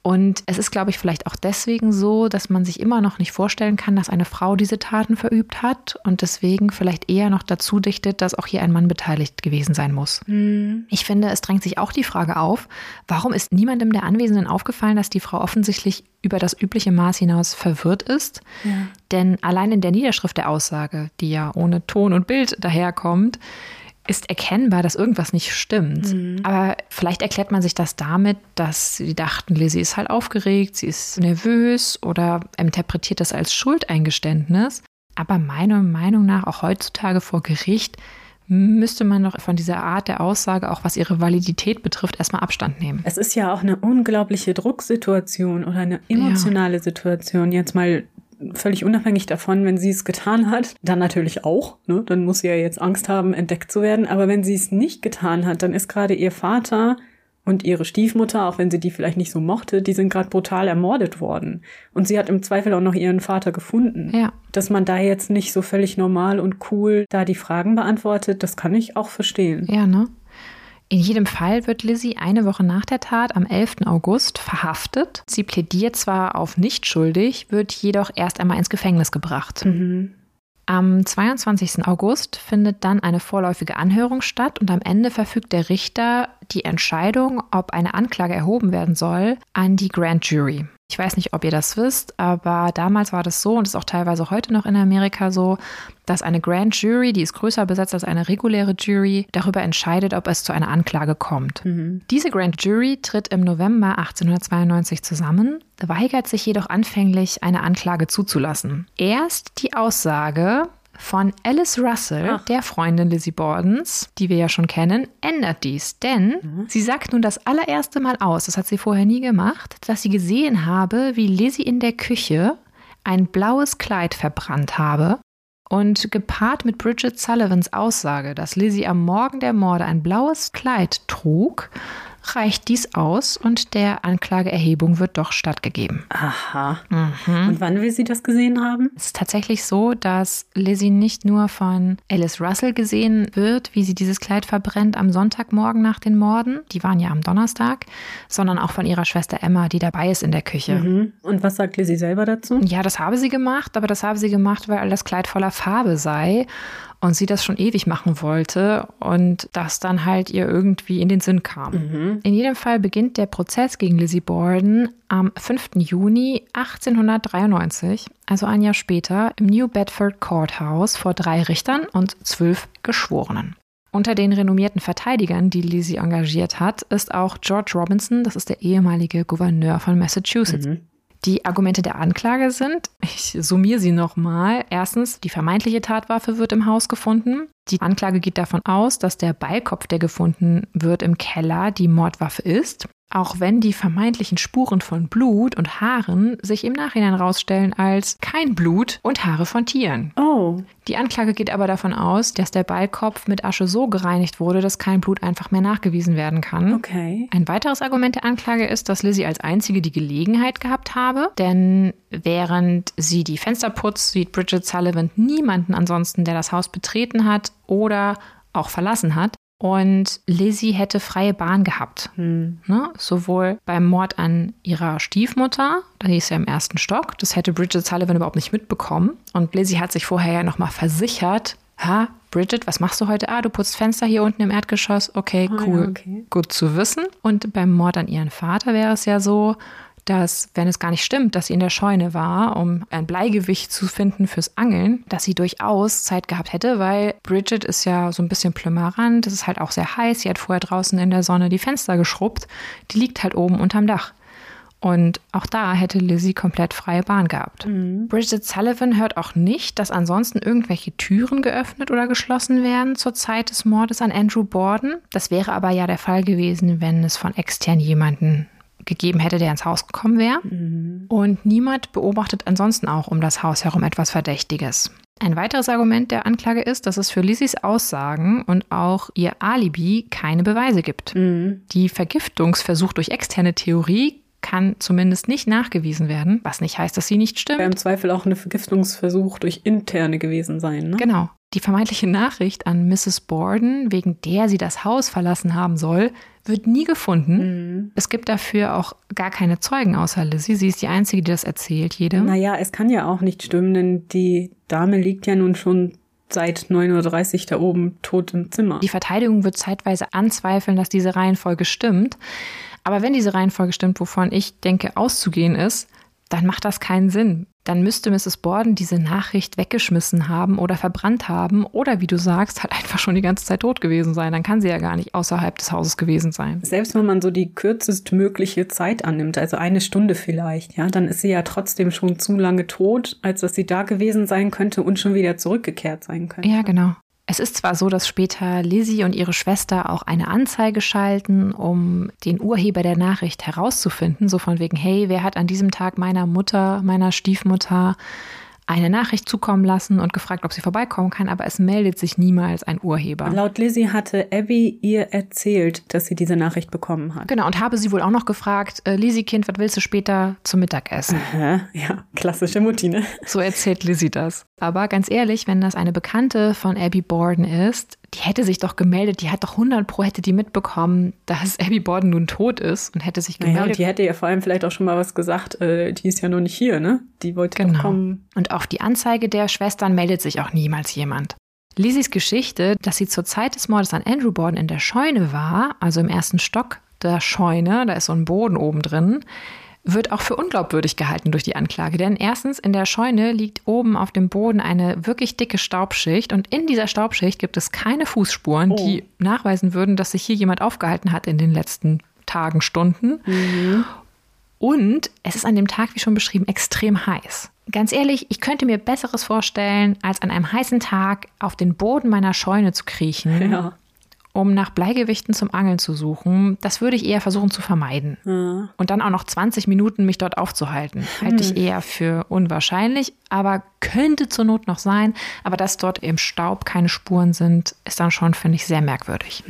Und es ist, glaube ich, vielleicht auch deswegen so, dass man sich immer noch nicht vorstellen kann, dass eine Frau diese Taten verübt hat und deswegen vielleicht eher noch dazu dichtet, dass auch hier ein Mann beteiligt gewesen sein muss. Ich finde, es drängt sich auch die Frage auf, warum ist niemandem der Anwesenden aufgefallen, dass die Frau offensichtlich über das übliche Maß hinaus verwirrt ist? Ja. Denn allein in der Niederschrift der Aussage, die ja ohne Ton und Bild daherkommt, ist erkennbar, dass irgendwas nicht stimmt. Aber vielleicht erklärt man sich das damit, dass sie dachten, Lizzie ist halt aufgeregt, sie ist nervös oder interpretiert das als Schuldeingeständnis. Aber meiner Meinung nach, auch heutzutage vor Gericht, müsste man doch von dieser Art der Aussage, auch was ihre Validität betrifft, erstmal Abstand nehmen. Es ist ja auch eine unglaubliche Drucksituation oder eine emotionale Situation. Jetzt mal völlig unabhängig davon, wenn sie es getan hat, dann natürlich auch, ne? Dann muss sie ja jetzt Angst haben, entdeckt zu werden. Aber wenn sie es nicht getan hat, dann ist gerade ihr Vater und ihre Stiefmutter, auch wenn sie die vielleicht nicht so mochte, die sind gerade brutal ermordet worden. Und sie hat im Zweifel auch noch ihren Vater gefunden. Ja. Dass man da jetzt nicht so völlig normal und cool da die Fragen beantwortet, das kann ich auch verstehen. Ja, ne? In jedem Fall wird Lizzie eine Woche nach der Tat am 11. August verhaftet. Sie plädiert zwar auf nicht schuldig, wird jedoch erst einmal ins Gefängnis gebracht. Am 22. August findet dann eine vorläufige Anhörung statt und am Ende verfügt der Richter die Entscheidung, ob eine Anklage erhoben werden soll, an die Grand Jury. Ich weiß nicht, ob ihr das wisst, aber damals war das so und ist auch teilweise heute noch in Amerika so, dass eine Grand Jury, die ist größer besetzt als eine reguläre Jury, darüber entscheidet, ob es zu einer Anklage kommt. Diese Grand Jury tritt im November 1892 zusammen, weigert sich jedoch anfänglich, eine Anklage zuzulassen. Erst die Aussage von Alice Russell, der Freundin Lizzie Bordens, die wir ja schon kennen, ändert dies. Denn sie sagt nun das allererste Mal aus, das hat sie vorher nie gemacht, dass sie gesehen habe, wie Lizzie in der Küche ein blaues Kleid verbrannt habe. Und gepaart mit Bridget Sullivans Aussage, dass Lizzie am Morgen der Morde ein blaues Kleid trug, reicht dies aus und der Anklageerhebung wird doch stattgegeben. Aha. Und wann will sie das gesehen haben? Es ist tatsächlich so, dass Lizzie nicht nur von Alice Russell gesehen wird, wie sie dieses Kleid verbrennt am Sonntagmorgen nach den Morden, die waren ja am Donnerstag, sondern auch von ihrer Schwester Emma, die dabei ist in der Küche. Und was sagt Lizzie selber dazu? Ja, das habe sie gemacht, aber das habe sie gemacht, weil das Kleid voller Farbe sei. Und sie das schon ewig machen wollte und das dann halt ihr irgendwie in den Sinn kam. In jedem Fall beginnt der Prozess gegen Lizzie Borden am 5. Juni 1893, also ein Jahr später, im New Bedford Courthouse vor 3 Richtern und 12 Geschworenen. Unter den renommierten Verteidigern, die Lizzie engagiert hat, ist auch George Robinson, das ist der ehemalige Gouverneur von Massachusetts. Die Argumente der Anklage sind, ich summiere sie nochmal. Erstens, die vermeintliche Tatwaffe wird im Haus gefunden. Die Anklage geht davon aus, dass der Beikopf, der gefunden wird im Keller, die Mordwaffe ist. Auch wenn die vermeintlichen Spuren von Blut und Haaren sich im Nachhinein rausstellen als kein Blut und Haare von Tieren. Oh. Die Anklage geht aber davon aus, dass der Beikopf mit Asche so gereinigt wurde, dass kein Blut einfach mehr nachgewiesen werden kann. Okay. Ein weiteres Argument der Anklage ist, dass Lizzie als einzige die Gelegenheit gehabt habe, denn während sie die Fenster putzt, sieht Bridget Sullivan niemanden ansonsten, der das Haus betreten hat oder auch verlassen hat. Und Lizzie hätte freie Bahn gehabt. Ne? Sowohl beim Mord an ihrer Stiefmutter, die ist ja im 1. Stock, das hätte Bridget Sullivan überhaupt nicht mitbekommen. Und Lizzie hat sich vorher ja nochmal versichert, Bridget, was machst du heute? Du putzt Fenster hier unten im Erdgeschoss. Okay, cool, ja, okay. Gut zu wissen. Und beim Mord an ihren Vater wäre es ja so, dass, wenn es gar nicht stimmt, dass sie in der Scheune war, um ein Bleigewicht zu finden fürs Angeln, dass sie durchaus Zeit gehabt hätte, weil Bridget ist ja so ein bisschen plümerant, es ist halt auch sehr heiß, sie hat vorher draußen in der Sonne die Fenster geschrubbt, die liegt halt oben unterm Dach. Und auch da hätte Lizzie komplett freie Bahn gehabt. Bridget Sullivan hört auch nicht, dass ansonsten irgendwelche Türen geöffnet oder geschlossen werden zur Zeit des Mordes an Andrew Borden. Das wäre aber ja der Fall gewesen, wenn es von extern jemanden gegeben hätte, der ins Haus gekommen wäre. Und niemand beobachtet ansonsten auch um das Haus herum etwas Verdächtiges. Ein weiteres Argument der Anklage ist, dass es für Lizzies Aussagen und auch ihr Alibi keine Beweise gibt. Die Vergiftungsversuch durch externe Theorie kann zumindest nicht nachgewiesen werden, was nicht heißt, dass sie nicht stimmt. Im Zweifel auch ein Vergiftungsversuch durch interne gewesen sein, ne? Genau. Die vermeintliche Nachricht an Mrs. Borden, wegen der sie das Haus verlassen haben soll, wird nie gefunden. Es gibt dafür auch gar keine Zeugen außer Lizzie. Sie ist die Einzige, die das erzählt, jedem. Naja, es kann ja auch nicht stimmen, denn die Dame liegt ja nun schon seit 9:30 Uhr da oben tot im Zimmer. Die Verteidigung wird zeitweise anzweifeln, dass diese Reihenfolge stimmt. Aber wenn diese Reihenfolge stimmt, wovon ich denke auszugehen ist, dann macht das keinen Sinn. Dann müsste Mrs. Borden diese Nachricht weggeschmissen haben oder verbrannt haben oder, wie du sagst, halt einfach schon die ganze Zeit tot gewesen sein. Dann kann sie ja gar nicht außerhalb des Hauses gewesen sein. Selbst wenn man so die kürzestmögliche Zeit annimmt, also 1 Stunde vielleicht, ja, dann ist sie ja trotzdem schon zu lange tot, als dass sie da gewesen sein könnte und schon wieder zurückgekehrt sein könnte. Ja, genau. Es ist zwar so, dass später Lizzie und ihre Schwester auch eine Anzeige schalten, um den Urheber der Nachricht herauszufinden, so von wegen, hey, wer hat an diesem Tag meiner Mutter, meiner Stiefmutter eine Nachricht zukommen lassen und gefragt, ob sie vorbeikommen kann, aber es meldet sich niemals ein Urheber. Laut Lizzie hatte Abby ihr erzählt, dass sie diese Nachricht bekommen hat. Genau, und habe sie wohl auch noch gefragt, Lizzie, Kind, was willst du später zum Mittagessen? Ja, klassische Mutti, ne? So erzählt Lizzie das. Aber ganz ehrlich, wenn das eine Bekannte von Abby Borden ist, die hätte sich doch gemeldet, die hat doch 100% hätte die mitbekommen, dass Abby Borden nun tot ist und hätte sich gemeldet. Ja, und die hätte ja vor allem vielleicht auch schon mal was gesagt, die ist ja noch nicht hier, ne? Die wollte doch kommen. Und auf die Anzeige der Schwestern meldet sich auch niemals jemand. Lizzies Geschichte, dass sie zur Zeit des Mordes an Andrew Borden in der Scheune war, also im 1. Stock der Scheune, da ist so ein Boden oben drin, wird auch für unglaubwürdig gehalten durch die Anklage. Denn erstens, in der Scheune liegt oben auf dem Boden eine wirklich dicke Staubschicht und in dieser Staubschicht gibt es keine Fußspuren, die nachweisen würden, dass sich hier jemand aufgehalten hat in den letzten Tagen, Stunden. Und es ist an dem Tag, wie schon beschrieben, extrem heiß. Ganz ehrlich, ich könnte mir Besseres vorstellen, als an einem heißen Tag auf den Boden meiner Scheune zu kriechen, um nach Bleigewichten zum Angeln zu suchen. Das würde ich eher versuchen zu vermeiden. Und dann auch noch 20 Minuten mich dort aufzuhalten. Halte ich eher für unwahrscheinlich, aber könnte zur Not noch sein. Aber dass dort im Staub keine Spuren sind, ist dann schon, finde ich, sehr merkwürdig.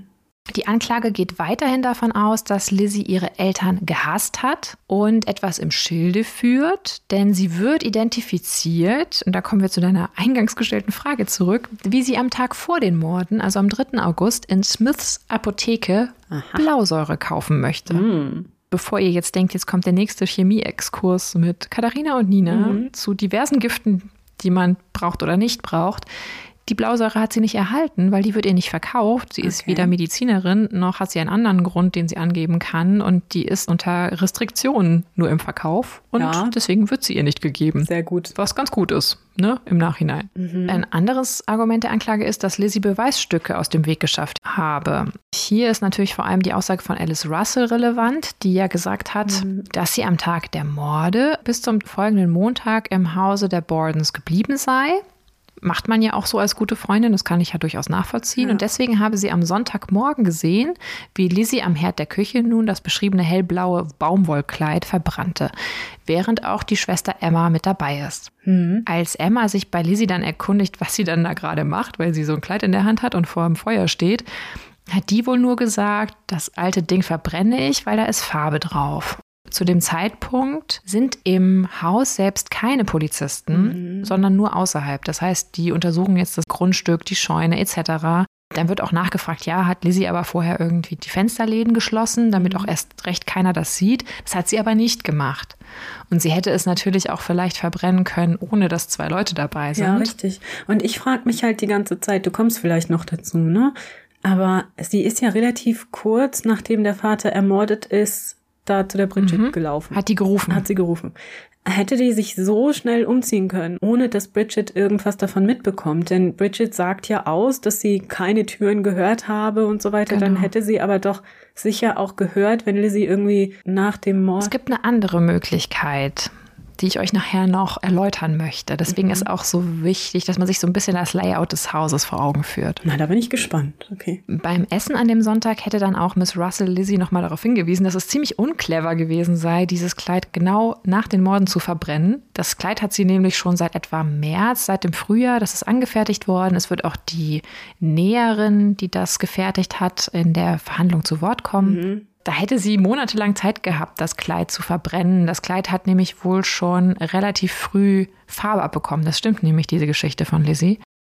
Die Anklage geht weiterhin davon aus, dass Lizzie ihre Eltern gehasst hat und etwas im Schilde führt, denn sie wird identifiziert, und da kommen wir zu deiner eingangs gestellten Frage zurück, wie sie am Tag vor den Morden, also am 3. August, in Smiths Apotheke Blausäure kaufen möchte. Bevor ihr jetzt denkt, jetzt kommt der nächste Chemie-Exkurs mit Katharina und Nina zu diversen Giften, die man braucht oder nicht braucht. Die Blausäure hat sie nicht erhalten, weil die wird ihr nicht verkauft. Sie ist weder Medizinerin, noch hat sie einen anderen Grund, den sie angeben kann. Und die ist unter Restriktionen nur im Verkauf. Und deswegen wird sie ihr nicht gegeben. Sehr gut. Was ganz gut ist, ne, im Nachhinein. Ein anderes Argument der Anklage ist, dass Lizzie Beweisstücke aus dem Weg geschafft habe. Hier ist natürlich vor allem die Aussage von Alice Russell relevant, die ja gesagt hat, dass sie am Tag der Morde bis zum folgenden Montag im Hause der Bordens geblieben sei. Macht man ja auch so als gute Freundin, das kann ich ja durchaus nachvollziehen. Und deswegen habe sie am Sonntagmorgen gesehen, wie Lizzie am Herd der Küche nun das beschriebene hellblaue Baumwollkleid verbrannte, während auch die Schwester Emma mit dabei ist. Als Emma sich bei Lizzie dann erkundigt, was sie dann da gerade macht, weil sie so ein Kleid in der Hand hat und vor dem Feuer steht, hat die wohl nur gesagt, das alte Ding verbrenne ich, weil da ist Farbe drauf. Zu dem Zeitpunkt sind im Haus selbst keine Polizisten, sondern nur außerhalb. Das heißt, die untersuchen jetzt das Grundstück, die Scheune etc. Dann wird auch nachgefragt, ja, hat Lizzie aber vorher irgendwie die Fensterläden geschlossen, damit auch erst recht keiner das sieht. Das hat sie aber nicht gemacht. Und sie hätte es natürlich auch vielleicht verbrennen können, ohne dass 2 Leute dabei sind. Ja, richtig. Und ich frage mich halt die ganze Zeit, du kommst vielleicht noch dazu, ne? Aber sie ist ja relativ kurz, nachdem der Vater ermordet ist, da zu der Bridget gelaufen. Hat die gerufen. Hat sie gerufen. Hätte die sich so schnell umziehen können, ohne dass Bridget irgendwas davon mitbekommt? Denn Bridget sagt ja aus, dass sie keine Türen gehört habe und so weiter. Genau. Dann hätte sie aber doch sicher auch gehört, wenn Lizzie irgendwie nach dem Mord... Es gibt eine andere Möglichkeit, die ich euch nachher noch erläutern möchte. Deswegen ist auch so wichtig, dass man sich so ein bisschen das Layout des Hauses vor Augen führt. Na, da bin ich gespannt. Okay. Beim Essen an dem Sonntag hätte dann auch Miss Russell Lizzie nochmal darauf hingewiesen, dass es ziemlich unclever gewesen sei, dieses Kleid genau nach den Morden zu verbrennen. Das Kleid hat sie nämlich schon seit etwa März, seit dem Frühjahr, das ist angefertigt worden. Es wird auch die Näherin, die das gefertigt hat, in der Verhandlung zu Wort kommen. Da hätte sie monatelang Zeit gehabt, das Kleid zu verbrennen. Das Kleid hat nämlich wohl schon relativ früh Farbe abbekommen. Das stimmt nämlich, diese Geschichte von Lizzie.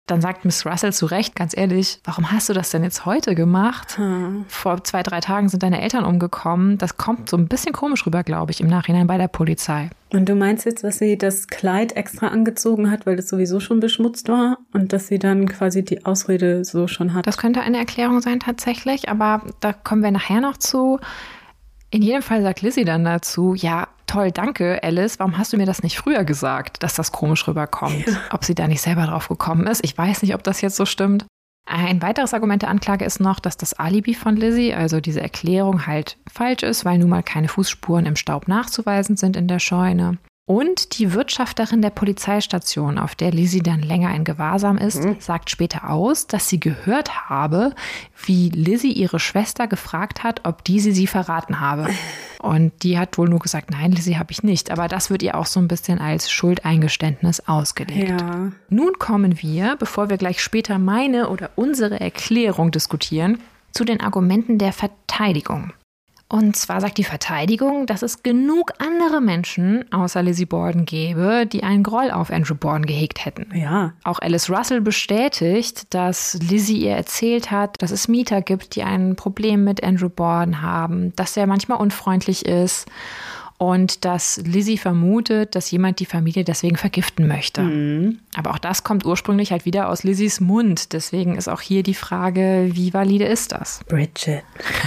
Dann sagt Miss Russell zu Recht, ganz ehrlich, warum hast du das denn jetzt heute gemacht? Vor 2-3 Tagen sind deine Eltern umgekommen. Das kommt so ein bisschen komisch rüber, glaube ich, im Nachhinein bei der Polizei. Und du meinst jetzt, dass sie das Kleid extra angezogen hat, weil das sowieso schon beschmutzt war und dass sie dann quasi die Ausrede so schon hat? Das könnte eine Erklärung sein tatsächlich, aber da kommen wir nachher noch zu. In jedem Fall sagt Lizzie dann dazu, ja, toll, danke, Alice, warum hast du mir das nicht früher gesagt, dass das komisch rüberkommt? Ja. Ob sie da nicht selber drauf gekommen ist, ich weiß nicht, ob das jetzt so stimmt. Ein weiteres Argument der Anklage ist noch, dass das Alibi von Lizzie, also diese Erklärung, halt falsch ist, weil nun mal keine Fußspuren im Staub nachzuweisen sind in der Scheune. Und die Wirtschafterin der Polizeistation, auf der Lizzie dann länger in Gewahrsam ist, sagt später aus, dass sie gehört habe, wie Lizzie ihre Schwester gefragt hat, ob diese sie verraten habe. Und die hat wohl nur gesagt, nein, Lizzie habe ich nicht. Aber das wird ihr auch so ein bisschen als Schuldeingeständnis ausgelegt. Ja. Nun kommen wir, bevor wir gleich später meine oder unsere Erklärung diskutieren, zu den Argumenten der Verteidigung. Und zwar sagt die Verteidigung, dass es genug andere Menschen außer Lizzie Borden gäbe, die einen Groll auf Andrew Borden gehegt hätten. Ja. Auch Alice Russell bestätigt, dass Lizzie ihr erzählt hat, dass es Mieter gibt, die ein Problem mit Andrew Borden haben, dass er manchmal unfreundlich ist und dass Lizzie vermutet, dass jemand die Familie deswegen vergiften möchte. Mhm. Aber auch das kommt ursprünglich halt wieder aus Lizzies Mund. Deswegen ist auch hier die Frage, wie valide ist das? Bridget.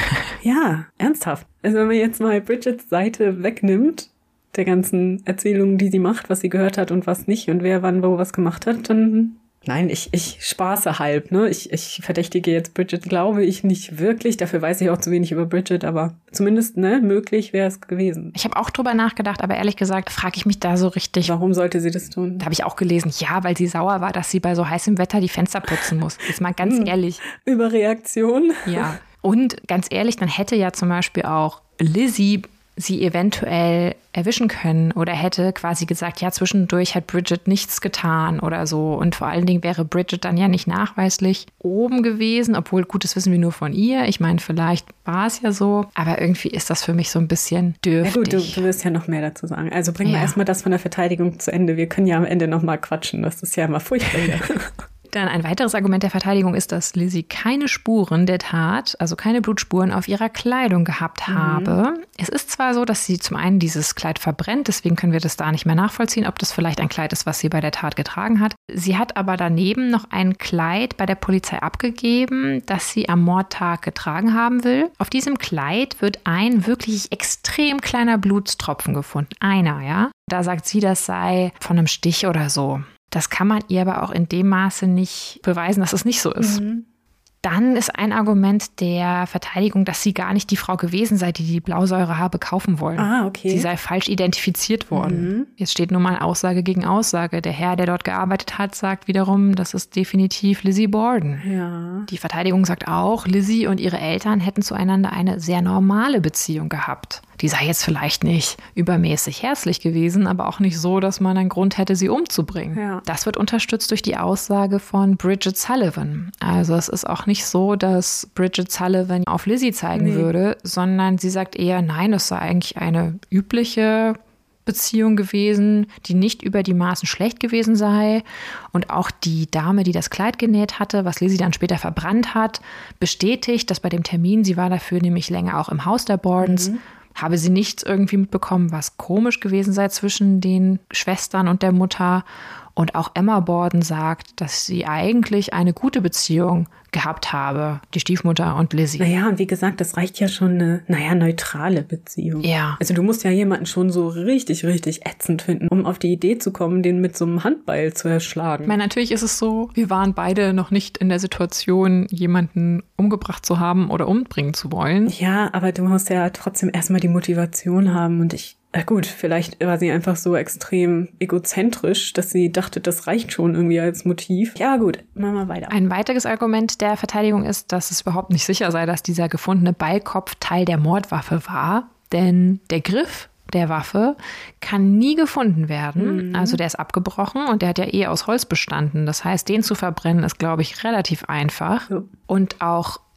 Ja, ernsthaft. Also wenn man jetzt mal Bridgets Seite wegnimmt, der ganzen Erzählungen, die sie macht, was sie gehört hat und was nicht und wer wann wo was gemacht hat, dann... Nein, ich spaße halb, ne? Ich verdächtige jetzt Bridget, glaube ich nicht wirklich. Dafür weiß ich auch zu wenig über Bridget, aber zumindest, ne, möglich wäre es gewesen. Ich habe auch drüber nachgedacht, aber ehrlich gesagt frage ich mich da so richtig. Warum sollte sie das tun? Da habe ich auch gelesen, ja, weil sie sauer war, dass sie bei so heißem Wetter die Fenster putzen muss. Jetzt mal ganz ehrlich. Überreaktion. Ja. Und ganz ehrlich, dann hätte ja zum Beispiel auch Lizzie sie eventuell erwischen können oder hätte quasi gesagt, ja, zwischendurch hat Bridget nichts getan oder so. Und vor allen Dingen wäre Bridget dann ja nicht nachweislich oben gewesen, obwohl, gut, das wissen wir nur von ihr. Ich meine, vielleicht war es ja so, aber irgendwie ist das für mich so ein bisschen dürftig. Ja gut, du wirst ja noch mehr dazu sagen. Also bringen wir erstmal das von der Verteidigung zu Ende. Wir können ja am Ende noch mal quatschen. Das ist ja immer furchtbar. Dann ein weiteres Argument der Verteidigung ist, dass Lizzie keine Spuren der Tat, also keine Blutspuren auf ihrer Kleidung gehabt habe. Es ist zwar so, dass sie zum einen dieses Kleid verbrennt, deswegen können wir das da nicht mehr nachvollziehen, ob das vielleicht ein Kleid ist, was sie bei der Tat getragen hat. Sie hat aber daneben noch ein Kleid bei der Polizei abgegeben, das sie am Mordtag getragen haben will. Auf diesem Kleid wird ein wirklich extrem kleiner Blutstropfen gefunden. Einer, ja. Da sagt sie, das sei von einem Stich oder so. Das kann man ihr aber auch in dem Maße nicht beweisen, dass es nicht so ist. Mhm. Dann ist ein Argument der Verteidigung, dass sie gar nicht die Frau gewesen sei, die die Blausäure habe kaufen wollen. Ah, okay. Sie sei falsch identifiziert worden. Mhm. Jetzt steht nun mal Aussage gegen Aussage. Der Herr, der dort gearbeitet hat, sagt wiederum, das ist definitiv Lizzie Borden. Ja. Die Verteidigung sagt auch, Lizzie und ihre Eltern hätten zueinander eine sehr normale Beziehung gehabt. Die sei jetzt vielleicht nicht übermäßig herzlich gewesen, aber auch nicht so, dass man einen Grund hätte, sie umzubringen. Ja. Das wird unterstützt durch die Aussage von Bridget Sullivan. Also es ist auch nicht so, dass Bridget Sullivan auf Lizzie zeigen würde, sondern sie sagt eher, nein, es sei eigentlich eine übliche Beziehung gewesen, die nicht über die Maßen schlecht gewesen sei. Und auch die Dame, die das Kleid genäht hatte, was Lizzie dann später verbrannt hat, bestätigt, dass bei dem Termin, sie war dafür nämlich länger auch im Haus der Bordens, habe sie nichts irgendwie mitbekommen, was komisch gewesen sei zwischen den Schwestern und der Mutter. Und auch Emma Borden sagt, dass sie eigentlich eine gute Beziehung gehabt habe, die Stiefmutter und Lizzie. Naja, und wie gesagt, das reicht ja schon eine, neutrale Beziehung. Ja. Also du musst ja jemanden schon so richtig, richtig ätzend finden, um auf die Idee zu kommen, den mit so einem Handbeil zu erschlagen. Ich meine, natürlich ist es so, wir waren beide noch nicht in der Situation, jemanden umgebracht zu haben oder umbringen zu wollen. Ja, aber du musst ja trotzdem erstmal die Motivation haben und gut, vielleicht war sie einfach so extrem egozentrisch, dass sie dachte, das reicht schon irgendwie als Motiv. Ja gut, machen wir weiter. Ein weiteres Argument der Verteidigung ist, dass es überhaupt nicht sicher sei, dass dieser gefundene Beilkopf Teil der Mordwaffe war. Denn der Griff der Waffe kann nie gefunden werden. Also der ist abgebrochen und der hat ja aus Holz bestanden. Das heißt, den zu verbrennen ist, glaube ich, relativ einfach. Ja. Und auch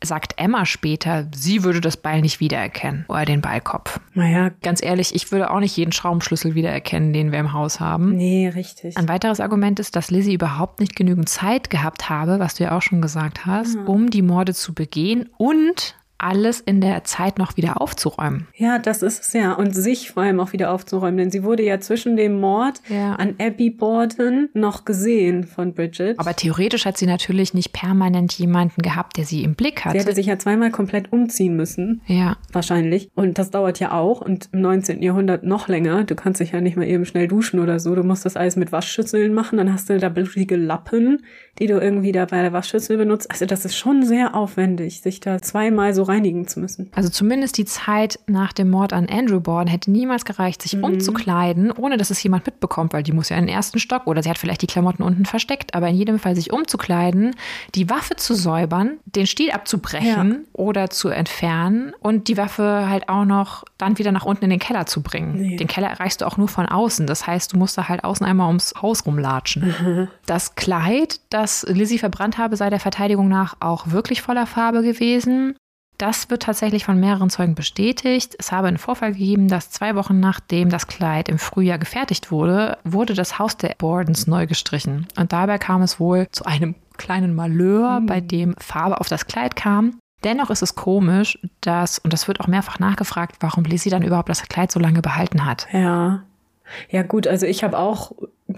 sagt Emma später, sie würde das Beil nicht wiedererkennen oder den Beilkopf. Naja. Ganz ehrlich, ich würde auch nicht jeden Schraubenschlüssel wiedererkennen, den wir im Haus haben. Nee, richtig. Ein weiteres Argument ist, dass Lizzie überhaupt nicht genügend Zeit gehabt habe, was du ja auch schon gesagt hast, um die Morde zu begehen und alles in der Zeit noch wieder aufzuräumen. Ja, das ist es ja. Und sich vor allem auch wieder aufzuräumen. Denn sie wurde ja zwischen dem Mord an Abby Borden noch gesehen von Bridget. Aber theoretisch hat sie natürlich nicht permanent jemanden gehabt, der sie im Blick hatte. Sie hätte sich ja zweimal komplett umziehen müssen. Ja. Wahrscheinlich. Und das dauert ja auch. Und im 19. Jahrhundert noch länger. Du kannst dich ja nicht mal eben schnell duschen oder so. Du musst das alles mit Waschschüsseln machen. Dann hast du da blutige Lappen, die du irgendwie da bei der Waschschüssel benutzt. Also das ist schon sehr aufwendig, sich da zweimal so reinigen zu müssen. Also zumindest die Zeit nach dem Mord an Andrew Borden hätte niemals gereicht, sich umzukleiden, ohne dass es jemand mitbekommt, weil die muss ja in den ersten Stock oder sie hat vielleicht die Klamotten unten versteckt, aber in jedem Fall sich umzukleiden, die Waffe zu säubern, den Stiel abzubrechen oder zu entfernen und die Waffe halt auch noch dann wieder nach unten in den Keller zu bringen. Nee. Den Keller erreichst du auch nur von außen. Das heißt, du musst da halt außen einmal ums Haus rumlatschen. Das Kleid, das Lizzie verbrannt habe, sei der Verteidigung nach auch wirklich voller Farbe gewesen. Das wird tatsächlich von mehreren Zeugen bestätigt. Es habe einen Vorfall gegeben, dass 2 Wochen nachdem das Kleid im Frühjahr gefertigt wurde, wurde das Haus der Bordens neu gestrichen. Und dabei kam es wohl zu einem kleinen Malheur, bei dem Farbe auf das Kleid kam. Dennoch ist es komisch, dass, und das wird auch mehrfach nachgefragt, warum Lizzie dann überhaupt das Kleid so lange behalten hat. Ja. Ja gut, also ich habe auch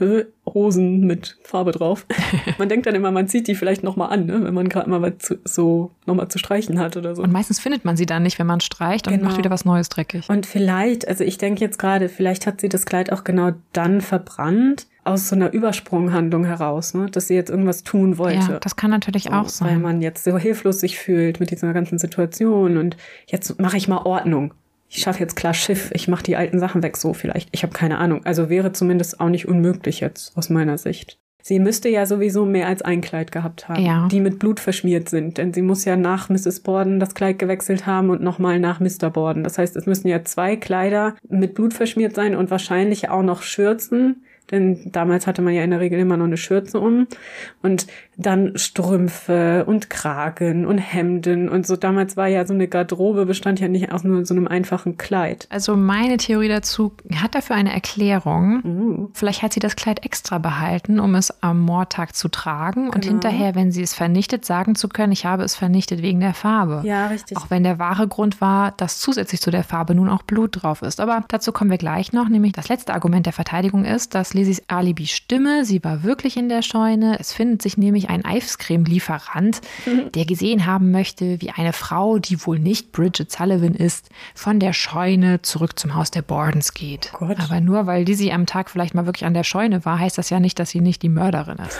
Hosen mit Farbe drauf. Man denkt dann immer, man zieht die vielleicht nochmal an, ne? Wenn man gerade mal was so nochmal zu streichen hat oder so. Und meistens findet man sie dann nicht, wenn man streicht und macht wieder was Neues dreckig. Und vielleicht, also ich denke jetzt gerade, vielleicht hat sie das Kleid auch genau dann verbrannt, aus so einer Übersprunghandlung heraus, ne? Dass sie jetzt irgendwas tun wollte. Ja, das kann natürlich auch sein. Weil man jetzt so hilflos sich fühlt mit dieser ganzen Situation und jetzt mache ich mal Ordnung. Ich schaffe jetzt klar Schiff, ich mache die alten Sachen weg, so vielleicht. Ich habe keine Ahnung. Also wäre zumindest auch nicht unmöglich jetzt aus meiner Sicht. Sie müsste ja sowieso mehr als ein Kleid gehabt haben, die mit Blut verschmiert sind. Denn sie muss ja nach Mrs. Borden das Kleid gewechselt haben und nochmal nach Mr. Borden. Das heißt, es müssen ja 2 Kleider mit Blut verschmiert sein und wahrscheinlich auch noch Schürzen. Denn damals hatte man ja in der Regel immer noch eine Schürze um. Und dann Strümpfe und Kragen und Hemden und so. Damals war ja so eine Garderobe, bestand ja nicht aus nur so einem einfachen Kleid. Also meine Theorie dazu hat dafür eine Erklärung. Vielleicht hat sie das Kleid extra behalten, um es am Mordtag zu tragen und hinterher, wenn sie es vernichtet, sagen zu können, ich habe es vernichtet wegen der Farbe. Ja, richtig. Auch wenn der wahre Grund war, dass zusätzlich zu der Farbe nun auch Blut drauf ist. Aber dazu kommen wir gleich noch, nämlich das letzte Argument der Verteidigung ist, dass Lizzies Alibi stimme. Sie war wirklich in der Scheune. Es findet sich nämlich ein Eiscreme-Lieferant, der gesehen haben möchte, wie eine Frau, die wohl nicht Bridget Sullivan ist, von der Scheune zurück zum Haus der Bordens geht. Oh Gott. Aber nur weil Lizzie am Tag vielleicht mal wirklich an der Scheune war, heißt das ja nicht, dass sie nicht die Mörderin ist.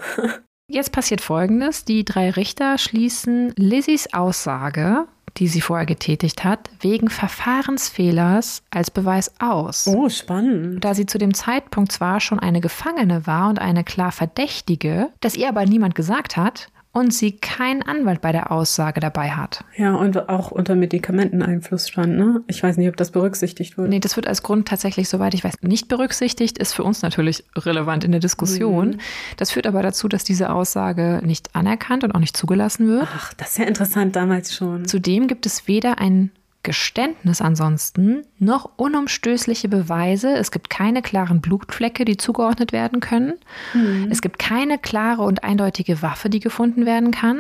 Jetzt passiert Folgendes. Die 3 Richter schließen Lizzies Aussage, die sie vorher getätigt hat, wegen Verfahrensfehlers als Beweis aus. Oh, spannend. Da sie zu dem Zeitpunkt zwar schon eine Gefangene war und eine klar Verdächtige, das ihr aber niemand gesagt hat und sie keinen Anwalt bei der Aussage dabei hat. Ja, und auch unter Medikamenteneinfluss stand, ne? Ich weiß nicht, ob das berücksichtigt wurde. Nee, das wird als Grund tatsächlich, soweit ich weiß, nicht berücksichtigt, ist für uns natürlich relevant in der Diskussion. Das führt aber dazu, dass diese Aussage nicht anerkannt und auch nicht zugelassen wird. Ach, das ist ja interessant damals schon. Zudem gibt es weder ein Geständnis ansonsten, noch unumstößliche Beweise. Es gibt keine klaren Blutflecke, die zugeordnet werden können. Es gibt keine klare und eindeutige Waffe, die gefunden werden kann.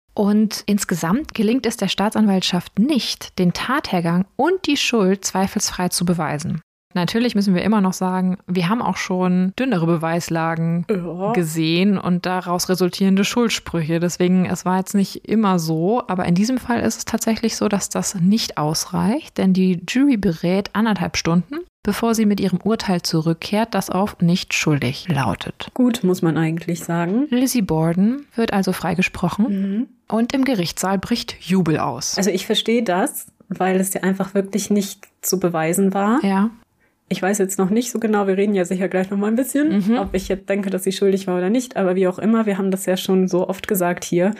Und insgesamt gelingt es der Staatsanwaltschaft nicht, den Tathergang und die Schuld zweifelsfrei zu beweisen. Natürlich müssen wir immer noch sagen, wir haben auch schon dünnere Beweislagen gesehen und daraus resultierende Schuldsprüche. Deswegen, es war jetzt nicht immer so, aber in diesem Fall ist es tatsächlich so, dass das nicht ausreicht, denn die Jury berät 1,5 Stunden, bevor sie mit ihrem Urteil zurückkehrt, das auf nicht schuldig lautet. Gut, muss man eigentlich sagen. Lizzie Borden wird also freigesprochen und im Gerichtssaal bricht Jubel aus. Also ich verstehe das, weil es ja einfach wirklich nicht zu beweisen war. Ja. Ich weiß jetzt noch nicht so genau, wir reden ja sicher gleich noch mal ein bisschen, ob ich jetzt denke, dass sie schuldig war oder nicht. Aber wie auch immer, wir haben das ja schon so oft gesagt hier.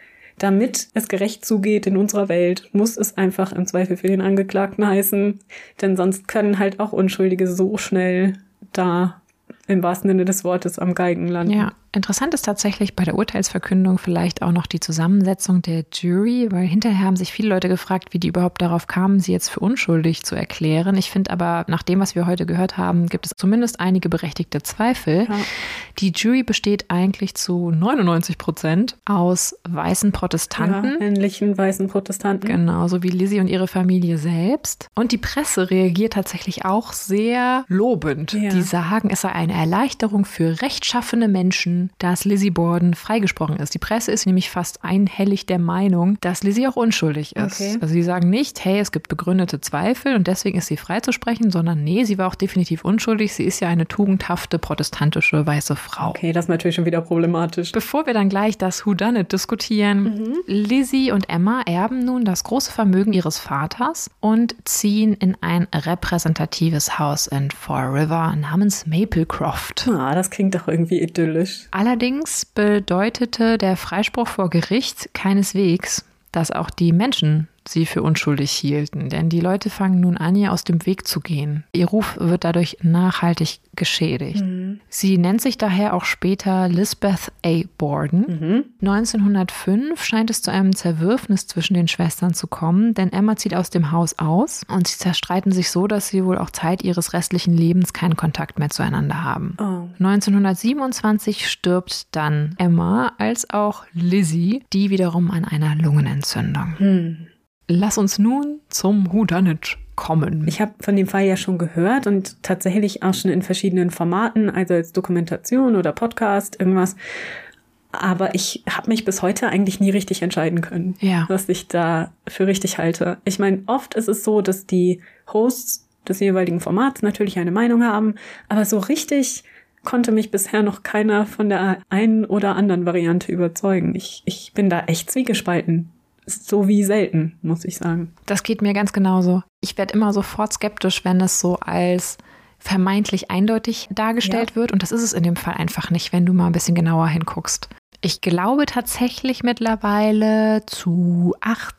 Damit es gerecht zugeht in unserer Welt, muss es einfach im Zweifel für den Angeklagten heißen. Denn sonst können halt auch Unschuldige so schnell da im wahrsten Sinne des Wortes am Galgen landen. Ja, interessant ist tatsächlich bei der Urteilsverkündung vielleicht auch noch die Zusammensetzung der Jury, weil hinterher haben sich viele Leute gefragt, wie die überhaupt darauf kamen, sie jetzt für unschuldig zu erklären. Ich finde aber, nach dem, was wir heute gehört haben, gibt es zumindest einige berechtigte Zweifel. Ja. Die Jury besteht eigentlich zu 99% aus weißen Protestanten. Ja, männlichen weißen Protestanten. Genau, so wie Lizzie und ihre Familie selbst. Und die Presse reagiert tatsächlich auch sehr lobend. Ja. Die sagen, es sei eine Erleichterung für rechtschaffene Menschen, dass Lizzie Borden freigesprochen ist. Die Presse ist nämlich fast einhellig der Meinung, dass Lizzie auch unschuldig ist. Okay. Also sie sagen nicht, hey, es gibt begründete Zweifel und deswegen ist sie freizusprechen, sondern nee, sie war auch definitiv unschuldig. Sie ist ja eine tugendhafte, protestantische, weiße Frau. Okay, das ist natürlich schon wieder problematisch. Bevor wir dann gleich das Whodunit diskutieren, Lizzie und Emma erben nun das große Vermögen ihres Vaters und ziehen in ein repräsentatives Haus in Fall River namens Maplecroft. Das klingt doch irgendwie idyllisch. Allerdings bedeutete der Freispruch vor Gericht keineswegs, dass auch die Menschen sie für unschuldig hielten. Denn die Leute fangen nun an, ihr aus dem Weg zu gehen. Ihr Ruf wird dadurch nachhaltig geschädigt. Sie nennt sich daher auch später Lisbeth A. Borden. 1905 scheint es zu einem Zerwürfnis zwischen den Schwestern zu kommen, denn Emma zieht aus dem Haus aus und sie zerstreiten sich so, dass sie wohl auch Zeit ihres restlichen Lebens keinen Kontakt mehr zueinander haben. 1927 stirbt dann Emma als auch Lizzie, die wiederum an einer Lungenentzündung. Lass uns nun zum Whodunit kommen. Ich habe von dem Fall ja schon gehört und tatsächlich auch schon in verschiedenen Formaten, also als Dokumentation oder Podcast, irgendwas. Aber ich habe mich bis heute eigentlich nie richtig entscheiden können, was ich da für richtig halte. Ich meine, oft ist es so, dass die Hosts des jeweiligen Formats natürlich eine Meinung haben, aber so richtig konnte mich bisher noch keiner von der einen oder anderen Variante überzeugen. Ich bin da echt zwiegespalten. So wie selten, muss ich sagen. Das geht mir ganz genauso. Ich werde immer sofort skeptisch, wenn es so als vermeintlich eindeutig dargestellt wird. Und das ist es in dem Fall einfach nicht, wenn du mal ein bisschen genauer hinguckst. Ich glaube tatsächlich mittlerweile zu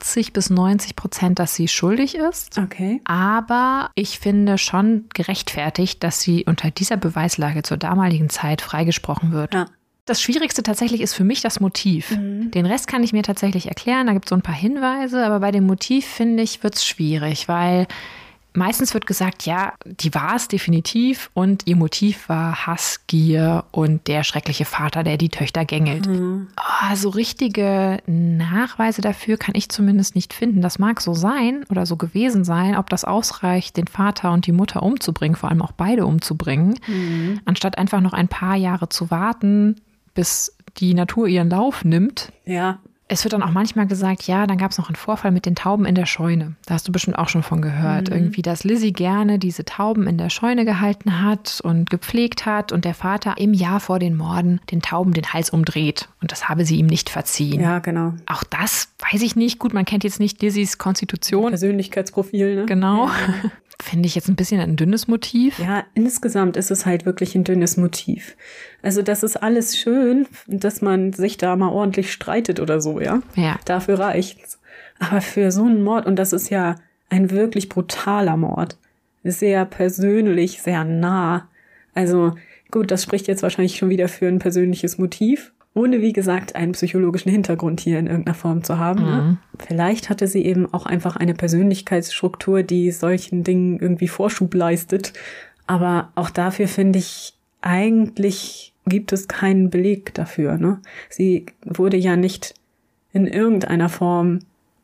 80-90%, dass sie schuldig ist. Okay. Aber ich finde schon gerechtfertigt, dass sie unter dieser Beweislage zur damaligen Zeit freigesprochen wird. Ja. Das Schwierigste tatsächlich ist für mich das Motiv. Den Rest kann ich mir tatsächlich erklären, da gibt es so ein paar Hinweise, aber bei dem Motiv, finde ich, wird es schwierig, weil meistens wird gesagt, ja, die war es definitiv und ihr Motiv war Hass, Gier und der schreckliche Vater, der die Töchter gängelt. So richtige Nachweise dafür kann ich zumindest nicht finden. Das mag so sein oder so gewesen sein, ob das ausreicht, den Vater und die Mutter umzubringen, vor allem auch beide umzubringen, anstatt einfach noch ein paar Jahre zu warten, bis die Natur ihren Lauf nimmt. Ja. Es wird dann auch manchmal gesagt, ja, dann gab es noch einen Vorfall mit den Tauben in der Scheune. Da hast du bestimmt auch schon von gehört. Irgendwie, dass Lizzie gerne diese Tauben in der Scheune gehalten hat und gepflegt hat und der Vater im Jahr vor den Morden den Tauben den Hals umdreht. Und das habe sie ihm nicht verziehen. Ja, genau. Auch das weiß ich nicht. Gut, man kennt jetzt nicht Lizzies Konstitution. Persönlichkeitsprofil, ne? Genau. Ja. Finde ich jetzt ein bisschen ein dünnes Motiv. Ja, insgesamt ist es halt wirklich ein dünnes Motiv. Also das ist alles schön, dass man sich da mal ordentlich streitet oder so, ja? Ja. Dafür reicht's. Aber für so einen Mord, und das ist ja ein wirklich brutaler Mord, sehr persönlich, sehr nah. Also gut, das spricht jetzt wahrscheinlich schon wieder für ein persönliches Motiv, ohne, wie gesagt, einen psychologischen Hintergrund hier in irgendeiner Form zu haben. Ne? Vielleicht hatte sie eben auch einfach eine Persönlichkeitsstruktur, die solchen Dingen irgendwie Vorschub leistet. Aber auch dafür finde ich, eigentlich gibt es keinen Beleg dafür. Ne? Sie wurde ja nicht in irgendeiner Form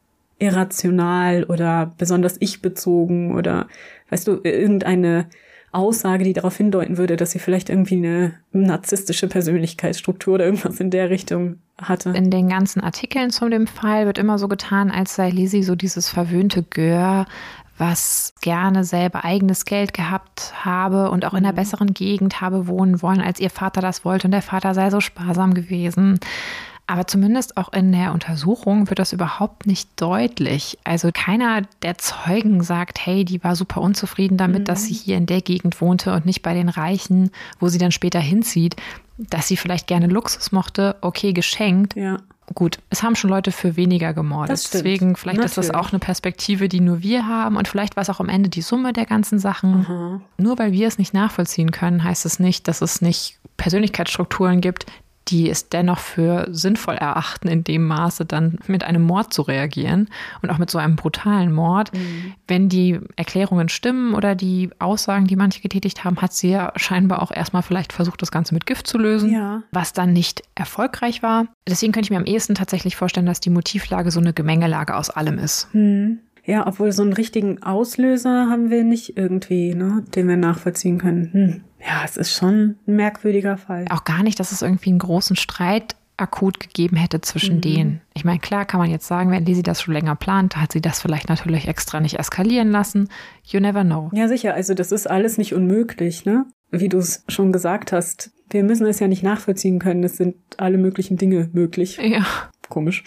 irrational oder besonders ich-bezogen oder, weißt du, irgendeine Aussage, die darauf hindeuten würde, dass sie vielleicht irgendwie eine narzisstische Persönlichkeitsstruktur oder irgendwas in der Richtung hatte. In den ganzen Artikeln zu dem Fall wird immer so getan, als sei Lizzie so dieses verwöhnte Gör, was gerne selber eigenes Geld gehabt habe und auch in einer besseren Gegend habe wohnen wollen, als ihr Vater das wollte. Und der Vater sei so sparsam gewesen. Aber zumindest auch in der Untersuchung wird das überhaupt nicht deutlich. Also keiner der Zeugen sagt, hey, die war super unzufrieden damit, dass sie hier in der Gegend wohnte und nicht bei den Reichen, wo sie dann später hinzieht. Dass sie vielleicht gerne Luxus mochte, okay, geschenkt. Ja. gut, es haben schon Leute für weniger gemordet. Deswegen, vielleicht ist das auch eine Perspektive, die nur wir haben. Und vielleicht war es auch am Ende die Summe der ganzen Sachen. Nur weil wir es nicht nachvollziehen können, heißt es nicht, dass es nicht Persönlichkeitsstrukturen gibt, die es dennoch für sinnvoll erachten, in dem Maße dann mit einem Mord zu reagieren und auch mit so einem brutalen Mord. Wenn die Erklärungen stimmen oder die Aussagen, die manche getätigt haben, hat sie ja scheinbar auch erstmal vielleicht versucht, das Ganze mit Gift zu lösen, was dann nicht erfolgreich war. Deswegen könnte ich mir am ehesten tatsächlich vorstellen, dass die Motivlage so eine Gemengelage aus allem ist. Ja, obwohl so einen richtigen Auslöser haben wir nicht irgendwie, ne, den wir nachvollziehen können. Ja, es ist schon ein merkwürdiger Fall. Auch gar nicht, dass es irgendwie einen großen Streit akut gegeben hätte zwischen denen. Ich meine, klar kann man jetzt sagen, wenn Lizzie das schon länger plant, hat sie das vielleicht natürlich extra nicht eskalieren lassen. You never know. Ja, sicher. Also das ist alles nicht unmöglich, ne? Wie du es schon gesagt hast. Wir müssen es ja nicht nachvollziehen können. Es sind alle möglichen Dinge möglich. Ja. Komisch.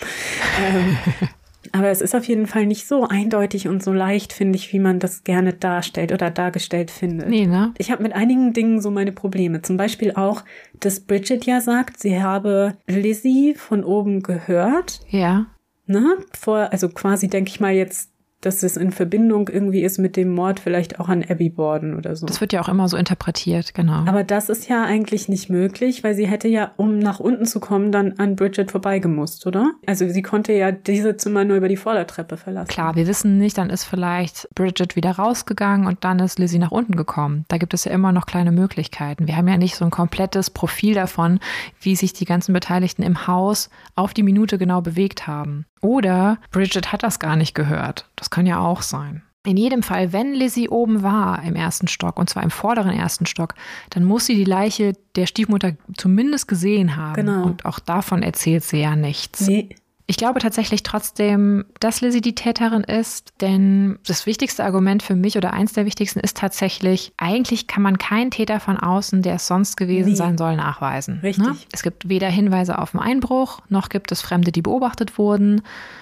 Aber es ist auf jeden Fall nicht so eindeutig und so leicht, finde ich, wie man das gerne darstellt oder dargestellt findet. Nee, ne? Ich habe mit einigen Dingen so meine Probleme. Zum Beispiel auch, dass Bridget ja sagt, sie habe Lizzie von oben gehört. Ja. Ne? Also quasi denke ich mal jetzt, dass es in Verbindung irgendwie ist mit dem Mord vielleicht auch an Abby Borden oder so. Das wird ja auch immer so interpretiert, genau. Aber das ist ja eigentlich nicht möglich, weil sie hätte ja, um nach unten zu kommen, dann an Bridget vorbeigemusst, oder? Also sie konnte ja diese Zimmer nur über die Vordertreppe verlassen. Klar, wir wissen nicht, dann ist vielleicht Bridget wieder rausgegangen und dann ist Lizzie nach unten gekommen. Da gibt es ja immer noch kleine Möglichkeiten. Wir haben ja nicht so ein komplettes Profil davon, wie sich die ganzen Beteiligten im Haus auf die Minute genau bewegt haben. Oder Bridget hat das gar nicht gehört. Das kann ja auch sein. In jedem Fall, wenn Lizzie oben war im ersten Stock, und zwar im vorderen ersten Stock, dann muss sie die Leiche der Stiefmutter zumindest gesehen haben. Genau. Und auch davon erzählt sie ja nichts. Nee. Ich glaube tatsächlich trotzdem, dass Lizzie die Täterin ist, denn das wichtigste Argument für mich oder eins der wichtigsten ist tatsächlich, eigentlich kann man keinen Täter von außen, der es sonst gewesen sein soll, nachweisen. Richtig. Ne? Es gibt weder Hinweise auf einen Einbruch, noch gibt es Fremde, die beobachtet wurden.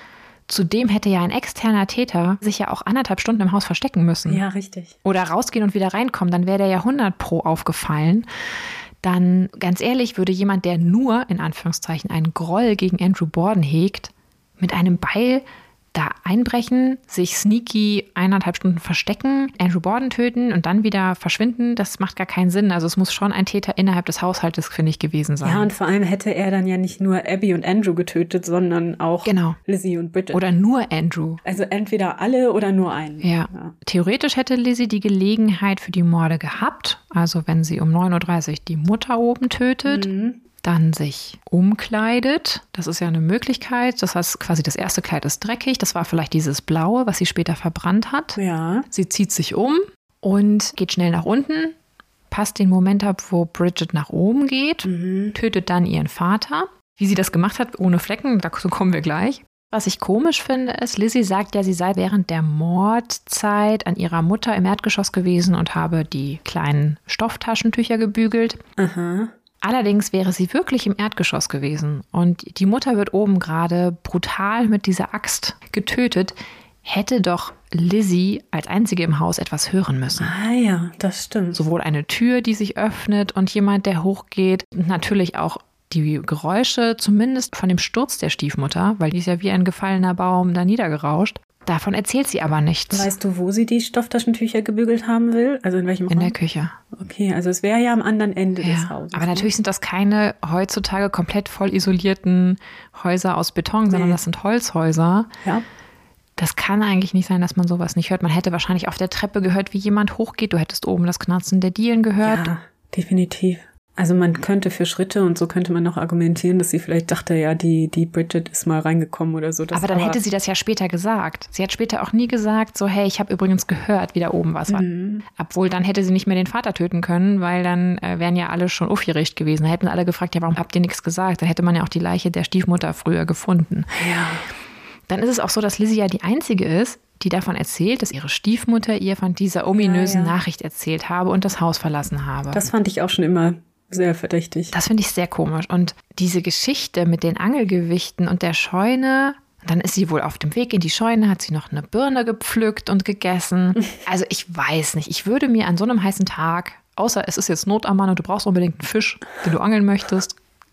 Zudem hätte ja ein externer Täter sich ja auch 1,5 Stunden im Haus verstecken müssen. Ja, richtig. Oder rausgehen und wieder reinkommen, dann wäre der ja 100% aufgefallen. Dann, ganz ehrlich, würde jemand, der nur, in Anführungszeichen, einen Groll gegen Andrew Borden hegt, mit einem Beil da einbrechen, sich sneaky 1,5 Stunden verstecken, Andrew Borden töten und dann wieder verschwinden, das macht gar keinen Sinn. Also es muss schon ein Täter innerhalb des Haushaltes, finde ich, gewesen sein. Ja, und vor allem hätte er dann ja nicht nur Abby und Andrew getötet, sondern auch Lizzie und Bridget. Oder nur Andrew. Also entweder alle oder nur einen. Ja. Theoretisch hätte Lizzie die Gelegenheit für die Morde gehabt. Also wenn sie um 9:30 Uhr die Mutter oben tötet, dann sich umkleidet. Das ist ja eine Möglichkeit. Das heißt, quasi das erste Kleid ist dreckig. Das war vielleicht dieses Blaue, was sie später verbrannt hat. Ja. Sie zieht sich um und geht schnell nach unten, passt den Moment ab, wo Bridget nach oben geht, tötet dann ihren Vater. Wie sie das gemacht hat, ohne Flecken, dazu kommen wir gleich. Was ich komisch finde, ist, Lizzie sagt ja, sie sei während der Mordzeit an ihrer Mutter im Erdgeschoss gewesen und habe die kleinen Stofftaschentücher gebügelt. Aha. Allerdings wäre sie wirklich im Erdgeschoss gewesen und die Mutter wird oben gerade brutal mit dieser Axt getötet, hätte doch Lizzie als einzige im Haus etwas hören müssen. Ah ja, das stimmt. Sowohl eine Tür, die sich öffnet und jemand, der hochgeht, natürlich auch die Geräusche, zumindest von dem Sturz der Stiefmutter, weil die ist ja wie ein gefallener Baum da niedergerauscht. Davon erzählt sie aber nichts. Weißt du, wo sie die Stofftaschentücher gebügelt haben will? Also in welchem Raum? In der Küche. Okay, also es wäre ja am anderen Ende des Hauses. Aber natürlich sind das keine heutzutage komplett voll isolierten Häuser aus Beton, sondern das sind Holzhäuser. Ja. Das kann eigentlich nicht sein, dass man sowas nicht hört. Man hätte wahrscheinlich auf der Treppe gehört, wie jemand hochgeht. Du hättest oben das Knarzen der Dielen gehört. Ja, definitiv. Also man könnte für Schritte und so könnte man noch argumentieren, dass sie vielleicht dachte, ja, die Bridget ist mal reingekommen oder so. Aber dann hätte sie das ja später gesagt. Sie hat später auch nie gesagt, so hey, ich habe übrigens gehört, wie da oben was war. Obwohl, dann hätte sie nicht mehr den Vater töten können, weil dann wären ja alle schon aufgeregt gewesen. Da hätten alle gefragt, ja, warum habt ihr nichts gesagt? Da hätte man ja auch die Leiche der Stiefmutter früher gefunden. Ja. Dann ist es auch so, dass Lizzie ja die Einzige ist, die davon erzählt, dass ihre Stiefmutter ihr von dieser ominösen Nachricht erzählt habe und das Haus verlassen habe. Das fand ich auch schon immer sehr verdächtig. Das finde ich sehr komisch. Und diese Geschichte mit den Angelgewichten und der Scheune, dann ist sie wohl auf dem Weg in die Scheune, hat sie noch eine Birne gepflückt und gegessen. Also ich weiß nicht, ich würde mir an so einem heißen Tag, außer es ist jetzt Not am Mann und du brauchst unbedingt einen Fisch, den du angeln möchtest,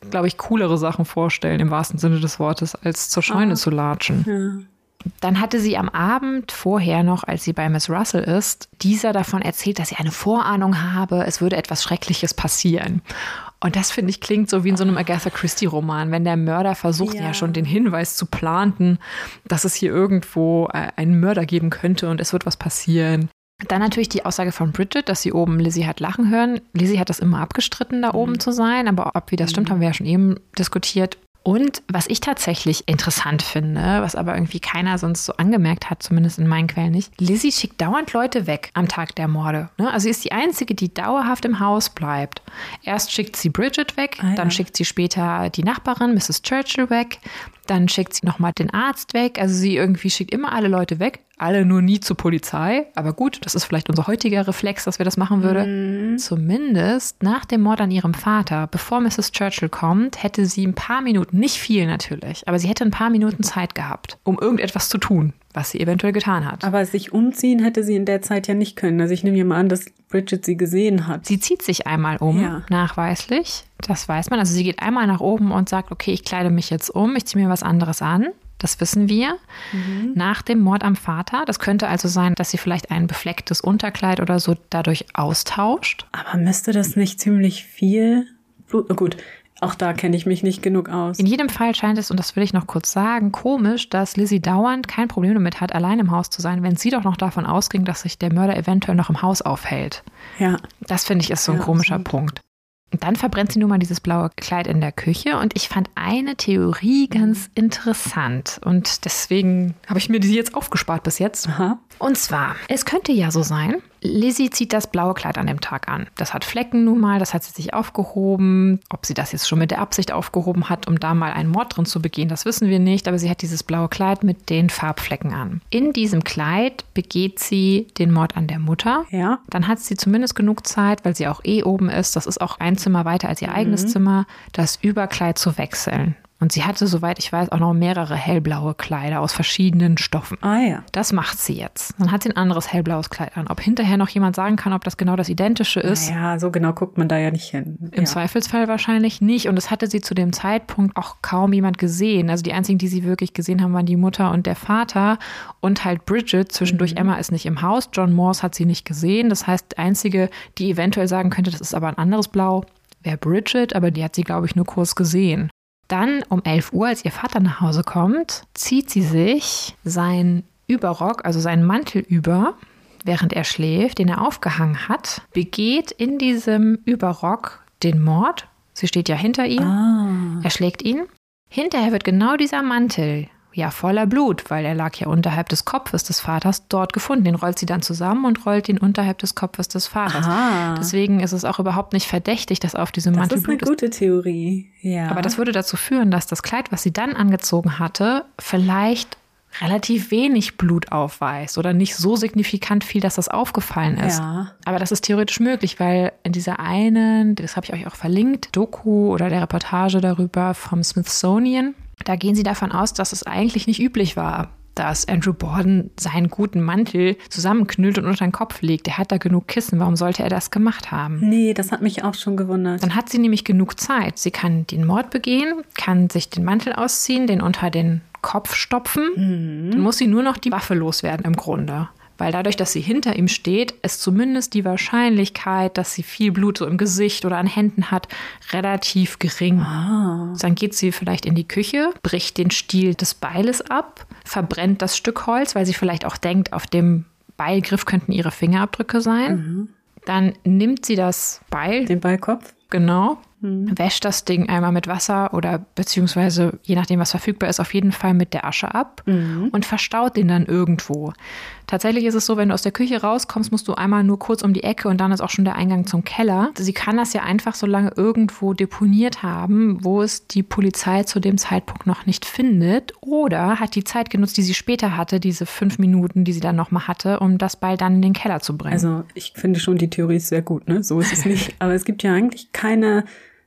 glaube ich, coolere Sachen vorstellen, im wahrsten Sinne des Wortes, als zur Scheune zu latschen. Ja. Dann hatte sie am Abend vorher noch, als sie bei Miss Russell ist, dieser davon erzählt, dass sie eine Vorahnung habe, es würde etwas Schreckliches passieren. Und das, finde ich, klingt so wie in so einem Agatha Christie-Roman, wenn der Mörder versucht, ja schon den Hinweis zu planten, dass es hier irgendwo einen Mörder geben könnte und es wird was passieren. Dann natürlich die Aussage von Bridget, dass sie oben Lizzie hat lachen hören. Lizzie hat das immer abgestritten, da oben zu sein, aber ob wie das stimmt, haben wir ja schon eben diskutiert. Und was ich tatsächlich interessant finde, was aber irgendwie keiner sonst so angemerkt hat, zumindest in meinen Quellen nicht, Lizzie schickt dauernd Leute weg am Tag der Morde. Also sie ist die Einzige, die dauerhaft im Haus bleibt. Erst schickt sie Bridget weg, dann schickt sie später die Nachbarin, Mrs. Churchill, weg. Dann schickt sie nochmal den Arzt weg. Also sie irgendwie schickt immer alle Leute weg. Alle nur nie zur Polizei. Aber gut, das ist vielleicht unser heutiger Reflex, dass wir das machen würde. Zumindest nach dem Mord an ihrem Vater, bevor Mrs. Churchill kommt, hätte sie ein paar Minuten, nicht viel natürlich, aber sie hätte ein paar Minuten Zeit gehabt, um irgendetwas zu tun, was sie eventuell getan hat. Aber sich umziehen hätte sie in der Zeit ja nicht können. Also ich nehme ja mal an, dass Bridget sie gesehen hat. Sie zieht sich einmal um, nachweislich. Das weiß man. Also sie geht einmal nach oben und sagt, okay, ich kleide mich jetzt um, ich ziehe mir was anderes an. Das wissen wir. Nach dem Mord am Vater. Das könnte also sein, dass sie vielleicht ein beflecktes Unterkleid oder so dadurch austauscht. Aber müsste das nicht ziemlich viel Blut? Oh, gut, auch da kenne ich mich nicht genug aus. In jedem Fall scheint es, und das will ich noch kurz sagen, komisch, dass Lizzie dauernd kein Problem damit hat, allein im Haus zu sein, wenn sie doch noch davon ausging, dass sich der Mörder eventuell noch im Haus aufhält. Ja. Das finde ich ist so ein komischer Punkt. Und dann verbrennt sie nun mal dieses blaue Kleid in der Küche und ich fand eine Theorie ganz interessant und deswegen habe ich mir die jetzt aufgespart bis jetzt. Aha. Und zwar, es könnte ja so sein, Lizzie zieht das blaue Kleid an dem Tag an. Das hat Flecken nun mal, das hat sie sich aufgehoben. Ob sie das jetzt schon mit der Absicht aufgehoben hat, um da mal einen Mord drin zu begehen, das wissen wir nicht. Aber sie hat dieses blaue Kleid mit den Farbflecken an. In diesem Kleid begeht sie den Mord an der Mutter. Ja. Dann hat sie zumindest genug Zeit, weil sie auch oben ist, das ist auch ein Zimmer weiter als ihr eigenes Zimmer, das Überkleid zu wechseln. Und sie hatte, soweit ich weiß, auch noch mehrere hellblaue Kleider aus verschiedenen Stoffen. Ah ja. Das macht sie jetzt. Dann hat sie ein anderes hellblaues Kleid an. Ob hinterher noch jemand sagen kann, ob das genau das Identische ist? Ja, so genau guckt man da ja nicht hin. Im Zweifelsfall wahrscheinlich nicht. Und das hatte sie zu dem Zeitpunkt auch kaum jemand gesehen. Also die einzigen, die sie wirklich gesehen haben, waren die Mutter und der Vater. Und halt Bridget. Zwischendurch Emma ist nicht im Haus. John Morse hat sie nicht gesehen. Das heißt, die einzige, die eventuell sagen könnte, das ist aber ein anderes Blau, wäre Bridget. Aber die hat sie, glaube ich, nur kurz gesehen. Dann um 11 Uhr, als ihr Vater nach Hause kommt, zieht sie sich seinen Überrock, also seinen Mantel über, während er schläft, den er aufgehangen hat, begeht in diesem Überrock den Mord. Sie steht ja hinter ihm, er schlägt ihn. Hinterher wird genau dieser Mantel voller Blut, weil er lag ja unterhalb des Kopfes des Vaters dort gefunden. Den rollt sie dann zusammen und rollt ihn unterhalb des Kopfes des Vaters. Aha. Deswegen ist es auch überhaupt nicht verdächtig, dass auf diesem Mantel Blut ist. Das ist eine gute Theorie, ja. Aber das würde dazu führen, dass das Kleid, was sie dann angezogen hatte, vielleicht relativ wenig Blut aufweist oder nicht so signifikant viel, dass das aufgefallen ist. Ja. Aber das ist theoretisch möglich, weil in dieser einen, das habe ich euch auch verlinkt, Doku oder der Reportage darüber vom Smithsonian, da gehen sie davon aus, dass es eigentlich nicht üblich war, dass Andrew Borden seinen guten Mantel zusammenknüllt und unter den Kopf legt. Er hat da genug Kissen. Warum sollte er das gemacht haben? Nee, das hat mich auch schon gewundert. Dann hat sie nämlich genug Zeit. Sie kann den Mord begehen, kann sich den Mantel ausziehen, den unter den Kopf stopfen. Dann muss sie nur noch die Waffe loswerden im Grunde. Weil dadurch, dass sie hinter ihm steht, ist zumindest die Wahrscheinlichkeit, dass sie viel Blut so im Gesicht oder an Händen hat, relativ gering. Dann geht sie vielleicht in die Küche, bricht den Stiel des Beiles ab, verbrennt das Stück Holz, weil sie vielleicht auch denkt, auf dem Beilgriff könnten ihre Fingerabdrücke sein. Dann nimmt sie das Beil. Den Beilkopf? Genau. Wäscht das Ding einmal mit Wasser oder beziehungsweise, je nachdem, was verfügbar ist, auf jeden Fall mit der Asche ab und verstaut den dann irgendwo. Tatsächlich ist es so, wenn du aus der Küche rauskommst, musst du einmal nur kurz um die Ecke und dann ist auch schon der Eingang zum Keller. Sie kann das ja einfach so lange irgendwo deponiert haben, wo es die Polizei zu dem Zeitpunkt noch nicht findet, oder hat die Zeit genutzt, die sie später hatte, diese 5 Minuten, die sie dann noch mal hatte, um das Beil dann in den Keller zu bringen. Also ich finde schon, die Theorie ist sehr gut, ne? So ist es nicht. Aber es gibt ja eigentlich keine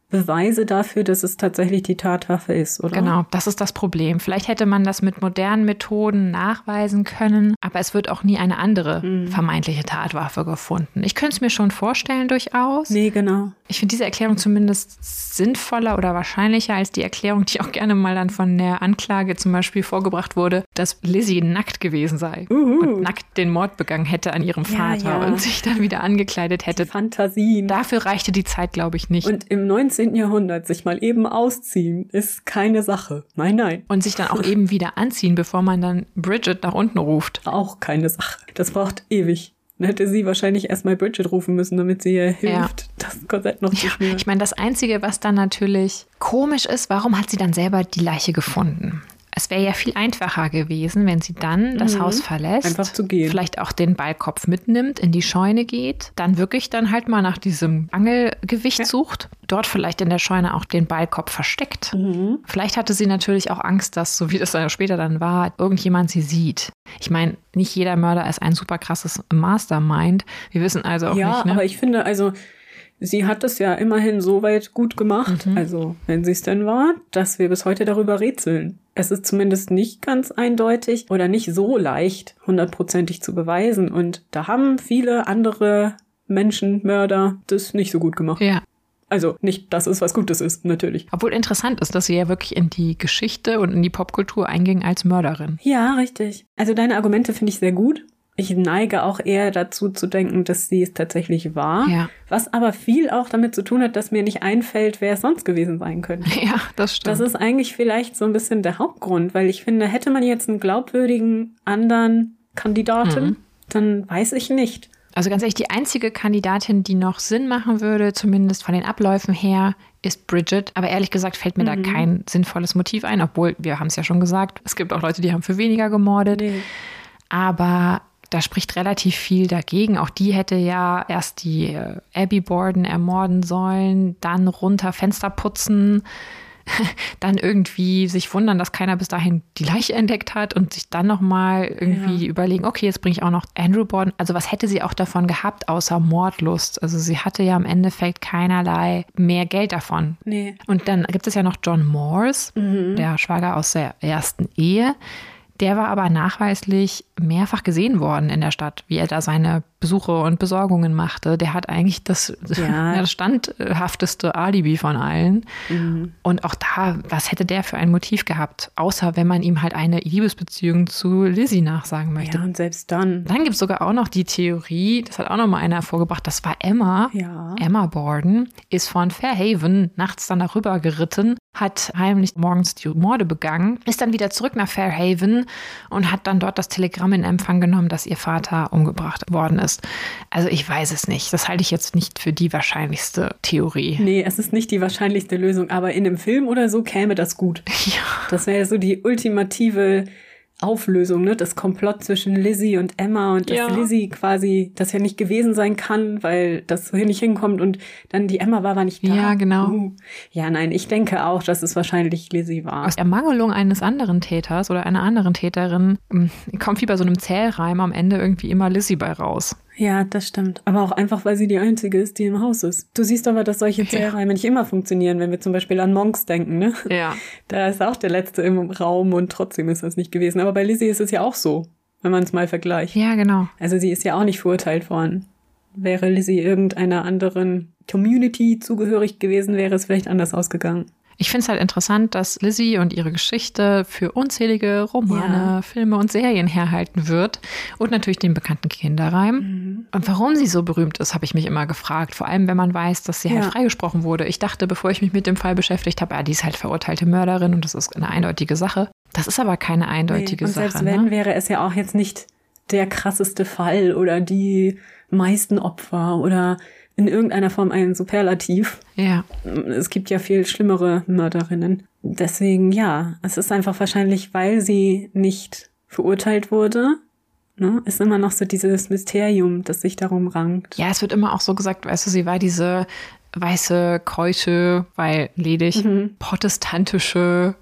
Beweise dafür, dass es tatsächlich die Tatwaffe ist, oder? Genau, das ist das Problem. Vielleicht hätte man das mit modernen Methoden nachweisen können, aber es wird auch nie eine andere vermeintliche Tatwaffe gefunden. Ich könnte es mir schon vorstellen durchaus. Nee, genau. Ich finde diese Erklärung zumindest sinnvoller oder wahrscheinlicher als die Erklärung, die auch gerne mal dann von der Anklage zum Beispiel vorgebracht wurde, dass Lizzie nackt gewesen sei und nackt den Mord begangen hätte an ihrem Vater und sich dann wieder angekleidet hätte. Die Fantasien. Dafür reichte die Zeit, glaube ich, nicht. Und im 19. Jahrhundert sich mal eben ausziehen, ist keine Sache. Nein, nein. Und sich dann auch eben wieder anziehen, bevor man dann Bridget nach unten ruft. Auch keine Sache. Das braucht ewig. Dann hätte sie wahrscheinlich erstmal Bridget rufen müssen, damit sie ihr hilft, das Korsett noch zu schnüren. Ich meine, das Einzige, was dann natürlich komisch ist, warum hat sie dann selber die Leiche gefunden? Es wäre ja viel einfacher gewesen, wenn sie dann das Haus verlässt, einfach zu gehen. Vielleicht auch den Ballkopf mitnimmt, in die Scheune geht, dann wirklich dann halt mal nach diesem Angelgewicht sucht, dort vielleicht in der Scheune auch den Ballkopf versteckt. Vielleicht hatte sie natürlich auch Angst, dass, so wie das dann später dann war, irgendjemand sie sieht. Ich meine, nicht jeder Mörder ist ein super krasses Mastermind. Wir wissen also auch nicht, ne? Aber ich finde, also sie hat es ja immerhin so weit gut gemacht, also wenn sie es denn war, dass wir bis heute darüber rätseln. Es ist zumindest nicht ganz eindeutig oder nicht so leicht, 100%ig zu beweisen. Und da haben viele andere Menschenmörder das nicht so gut gemacht. Ja. Also nicht, dass es was Gutes ist, natürlich. Obwohl interessant ist, dass sie ja wirklich in die Geschichte und in die Popkultur einging als Mörderin. Ja, richtig. Also deine Argumente finde ich sehr gut. Ich neige auch eher dazu zu denken, dass sie es tatsächlich war. Ja. Was aber viel auch damit zu tun hat, dass mir nicht einfällt, wer es sonst gewesen sein könnte. Ja, das stimmt. Das ist eigentlich vielleicht so ein bisschen der Hauptgrund, weil ich finde, hätte man jetzt einen glaubwürdigen anderen Kandidaten, dann weiß ich nicht. Also ganz ehrlich, die einzige Kandidatin, die noch Sinn machen würde, zumindest von den Abläufen her, ist Bridget. Aber ehrlich gesagt fällt mir da kein sinnvolles Motiv ein, obwohl, wir haben es ja schon gesagt, es gibt auch Leute, die haben für weniger gemordet. Nee. Aber da spricht relativ viel dagegen. Auch die hätte ja erst die Abby Borden ermorden sollen, dann runter Fenster putzen, dann irgendwie sich wundern, dass keiner bis dahin die Leiche entdeckt hat und sich dann nochmal irgendwie überlegen, okay, jetzt bringe ich auch noch Andrew Borden. Also was hätte sie auch davon gehabt, außer Mordlust? Also sie hatte ja im Endeffekt keinerlei mehr Geld davon. Nee. Und dann gibt es ja noch John Morse, der Schwager aus der ersten Ehe. Der war aber nachweislich mehrfach gesehen worden in der Stadt, wie er da seine Besuche und Besorgungen machte. Der hat eigentlich das standhafteste Alibi von allen. Und auch da, was hätte der für ein Motiv gehabt? Außer wenn man ihm halt eine Liebesbeziehung zu Lizzie nachsagen möchte. Ja, und selbst dann. Dann gibt es sogar auch noch die Theorie, das hat auch noch mal einer vorgebracht, das war Emma. Ja. Emma Borden ist von Fairhaven nachts dann darüber geritten, hat heimlich morgens die Morde begangen, ist dann wieder zurück nach Fairhaven und hat dann dort das Telegramm in Empfang genommen, dass ihr Vater umgebracht worden ist. Also ich weiß es nicht. Das halte ich jetzt nicht für die wahrscheinlichste Theorie. Nee, es ist nicht die wahrscheinlichste Lösung, aber in einem Film oder so käme das gut. Ja. Das wäre so die ultimative Auflösung, ne? Das Komplott zwischen Lizzie und Emma und dass Lizzie quasi das ja nicht gewesen sein kann, weil das so nicht hinkommt und dann die Emma war aber nicht da. Ja, genau. Ja, nein, ich denke auch, dass es wahrscheinlich Lizzie war. Aus Ermangelung eines anderen Täters oder einer anderen Täterin kommt wie bei so einem Zählreim am Ende irgendwie immer Lizzie bei raus. Ja, das stimmt. Aber auch einfach, weil sie die Einzige ist, die im Haus ist. Du siehst aber, dass solche Zählreime nicht immer funktionieren, wenn wir zum Beispiel an Monks denken, ne? Ja. Da ist auch der Letzte im Raum und trotzdem ist das nicht gewesen. Aber bei Lizzie ist es ja auch so, wenn man es mal vergleicht. Ja, genau. Also sie ist ja auch nicht verurteilt worden. Wäre Lizzie irgendeiner anderen Community zugehörig gewesen, wäre es vielleicht anders ausgegangen. Ich finde es halt interessant, dass Lizzie und ihre Geschichte für unzählige Romane, Filme und Serien herhalten wird. Und natürlich den bekannten Kinderreim. Und warum sie so berühmt ist, habe ich mich immer gefragt. Vor allem, wenn man weiß, dass sie halt freigesprochen wurde. Ich dachte, bevor ich mich mit dem Fall beschäftigt habe, die ist halt verurteilte Mörderin und das ist eine eindeutige Sache. Das ist aber keine eindeutige Sache. Und selbst wenn, wäre es ja auch jetzt nicht der krasseste Fall oder die meisten Opfer oder in irgendeiner Form ein Superlativ. Ja. Es gibt ja viel schlimmere Mörderinnen. Deswegen, ja, es ist einfach wahrscheinlich, weil sie nicht verurteilt wurde, ne, ist immer noch so dieses Mysterium, das sich darum rankt. Ja, es wird immer auch so gesagt, weißt du, sie war diese weiße, keusche, weil ledig, protestantische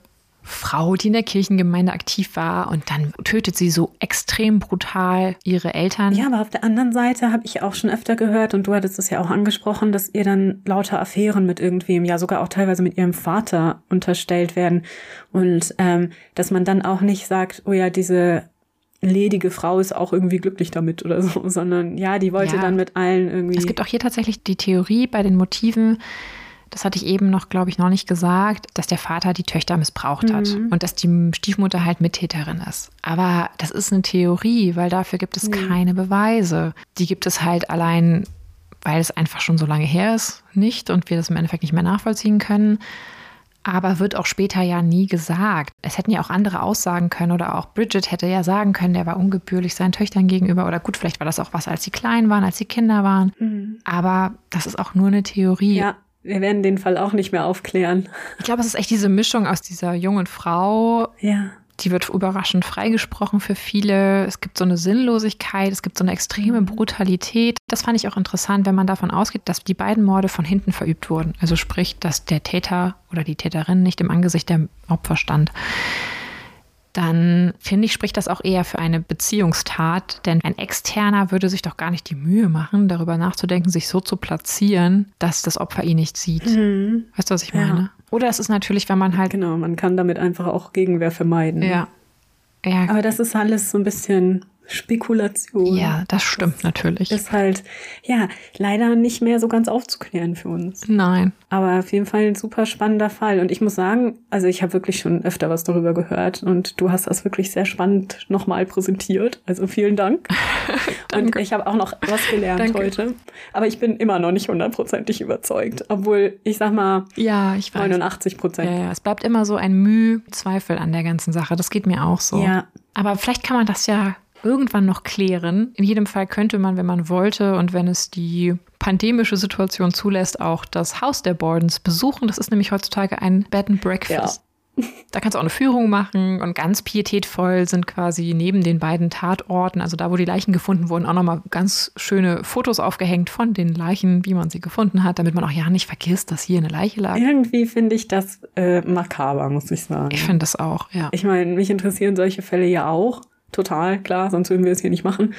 Frau, die in der Kirchengemeinde aktiv war und dann tötet sie so extrem brutal ihre Eltern. Ja, aber auf der anderen Seite habe ich auch schon öfter gehört und du hattest es ja auch angesprochen, dass ihr dann lauter Affären mit irgendwem, ja sogar auch teilweise mit ihrem Vater unterstellt werden und dass man dann auch nicht sagt, oh ja, diese ledige Frau ist auch irgendwie glücklich damit oder so, sondern ja, die wollte dann mit allen irgendwie. Es gibt auch hier tatsächlich die Theorie bei den Motiven, das hatte ich eben noch, glaube ich, noch nicht gesagt, dass der Vater die Töchter missbraucht hat und dass die Stiefmutter halt Mittäterin ist. Aber das ist eine Theorie, weil dafür gibt es keine Beweise. Die gibt es halt allein, weil es einfach schon so lange her ist, nicht und wir das im Endeffekt nicht mehr nachvollziehen können. Aber wird auch später ja nie gesagt. Es hätten ja auch andere aussagen können oder auch Bridget hätte ja sagen können, der war ungebührlich seinen Töchtern gegenüber. Oder gut, vielleicht war das auch was, als sie klein waren, als sie Kinder waren. Aber das ist auch nur eine Theorie. Ja. Wir werden den Fall auch nicht mehr aufklären. Ich glaube, es ist echt diese Mischung aus dieser jungen Frau. Ja. Die wird überraschend freigesprochen für viele. Es gibt so eine Sinnlosigkeit, es gibt so eine extreme Brutalität. Das fand ich auch interessant, wenn man davon ausgeht, dass die beiden Morde von hinten verübt wurden. Also sprich, dass der Täter oder die Täterin nicht im Angesicht der Opfer stand. Dann finde ich, spricht das auch eher für eine Beziehungstat. Denn ein Externer würde sich doch gar nicht die Mühe machen, darüber nachzudenken, sich so zu platzieren, dass das Opfer ihn nicht sieht. Weißt du, was ich meine? Oder es ist natürlich, wenn man halt... Genau, man kann damit einfach auch Gegenwehr vermeiden. Ja. Aber das ist alles so ein bisschen Spekulation. Ja, das stimmt natürlich. Ist halt, ja, leider nicht mehr so ganz aufzuklären für uns. Nein. Aber auf jeden Fall ein super spannender Fall. Und ich muss sagen, also ich habe wirklich schon öfter was darüber gehört und du hast das wirklich sehr spannend nochmal präsentiert. Also vielen Dank. Und ich habe auch noch was gelernt heute. Aber ich bin immer noch nicht 100% überzeugt. Obwohl, ich sag mal, ja, ich weiß. 89%. Ja, es bleibt immer so ein Mühe-Zweifel an der ganzen Sache. Das geht mir auch so. Ja. Aber vielleicht kann man das ja irgendwann noch klären. In jedem Fall könnte man, wenn man wollte und wenn es die pandemische Situation zulässt, auch das Haus der Bordens besuchen. Das ist nämlich heutzutage ein Bed and Breakfast. Ja. Da kannst du auch eine Führung machen und ganz pietätvoll sind quasi neben den beiden Tatorten, also da, wo die Leichen gefunden wurden, auch nochmal ganz schöne Fotos aufgehängt von den Leichen, wie man sie gefunden hat, damit man auch ja nicht vergisst, dass hier eine Leiche lag. Irgendwie finde ich das makaber, muss ich sagen. Ich finde das auch, ja. Ich meine, mich interessieren solche Fälle ja auch. Total, klar, sonst würden wir es hier nicht machen.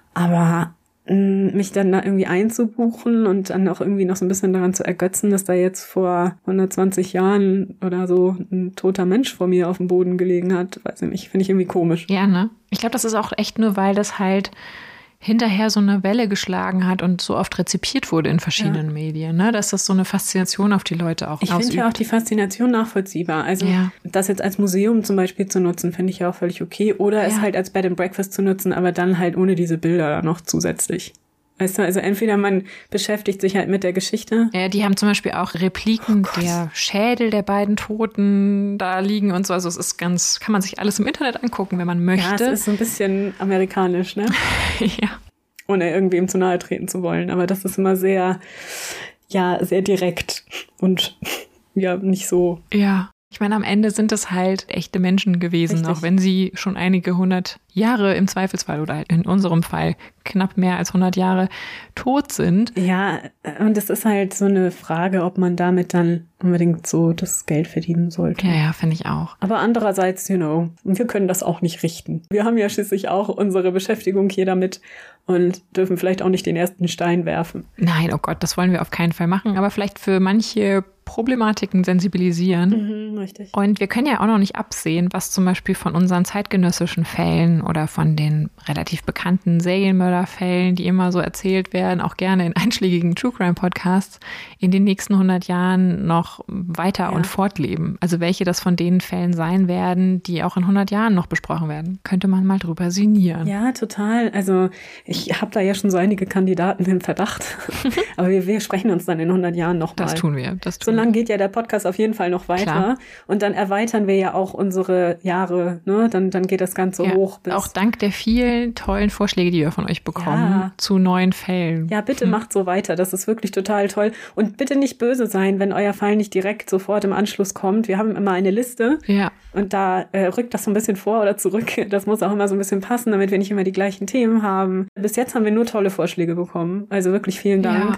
Aber mich dann da irgendwie einzubuchen und dann auch irgendwie noch so ein bisschen daran zu ergötzen, dass da jetzt vor 120 Jahren oder so ein toter Mensch vor mir auf dem Boden gelegen hat, weiß ich nicht, finde ich irgendwie komisch. Ja, ne? Ich glaube, das ist auch echt nur, weil das halt hinterher so eine Welle geschlagen hat und so oft rezipiert wurde in verschiedenen Medien, ne? Dass das so eine Faszination auf die Leute auch ausübt. Ich finde ja auch die Faszination nachvollziehbar. Also das jetzt als Museum zum Beispiel zu nutzen, finde ich ja auch völlig okay. Oder es halt als Bed and Breakfast zu nutzen, aber dann halt ohne diese Bilder noch zusätzlich. Weißt du, also entweder man beschäftigt sich halt mit der Geschichte. Ja, die haben zum Beispiel auch Repliken der Schädel der beiden Toten da liegen und so. Also es ist ganz, kann man sich alles im Internet angucken, wenn man möchte. Ja, es ist so ein bisschen amerikanisch, ne? Ja. Ohne irgendwem zu nahe treten zu wollen. Aber das ist immer sehr, ja, sehr direkt und ja, nicht so. Ja. Ich meine, am Ende sind es halt echte Menschen gewesen, auch wenn sie schon einige 100 Jahre im Zweifelsfall oder in unserem Fall knapp mehr als 100 Jahre tot sind. Ja, und es ist halt so eine Frage, ob man damit dann unbedingt so das Geld verdienen sollte. Ja, finde ich auch. Aber andererseits, wir können das auch nicht richten. Wir haben ja schließlich auch unsere Beschäftigung hier damit und dürfen vielleicht auch nicht den ersten Stein werfen. Nein, oh Gott, das wollen wir auf keinen Fall machen, aber vielleicht für manche Problematiken sensibilisieren. Richtig. Und wir können ja auch noch nicht absehen, was zum Beispiel von unseren zeitgenössischen Fällen oder von den relativ bekannten Serienmörderfällen, die immer so erzählt werden, auch gerne in einschlägigen True Crime Podcasts, in den nächsten 100 Jahren noch weiter und fortleben. Also welche das von den Fällen sein werden, die auch in 100 Jahren noch besprochen werden. Könnte man mal drüber sinnieren. Ja, total. Also ich habe da ja schon so einige Kandidaten im Verdacht. Aber wir sprechen uns dann in 100 Jahren nochmal. Das tun wir. So lange geht ja der Podcast auf jeden Fall noch weiter. Klar. Und dann erweitern wir ja auch unsere Jahre. Ne? Dann geht das Ganze hoch. Bis auch dank der vielen tollen Vorschläge, die wir von euch bekommen zu neuen Fällen. Ja, bitte macht so weiter. Das ist wirklich total toll. Und bitte nicht böse sein, wenn euer Fall nicht direkt sofort im Anschluss kommt. Wir haben immer eine Liste. Ja. Und da rückt das so ein bisschen vor oder zurück. Das muss auch immer so ein bisschen passen, damit wir nicht immer die gleichen Themen haben. Bis jetzt haben wir nur tolle Vorschläge bekommen. Also wirklich vielen Dank. Ja.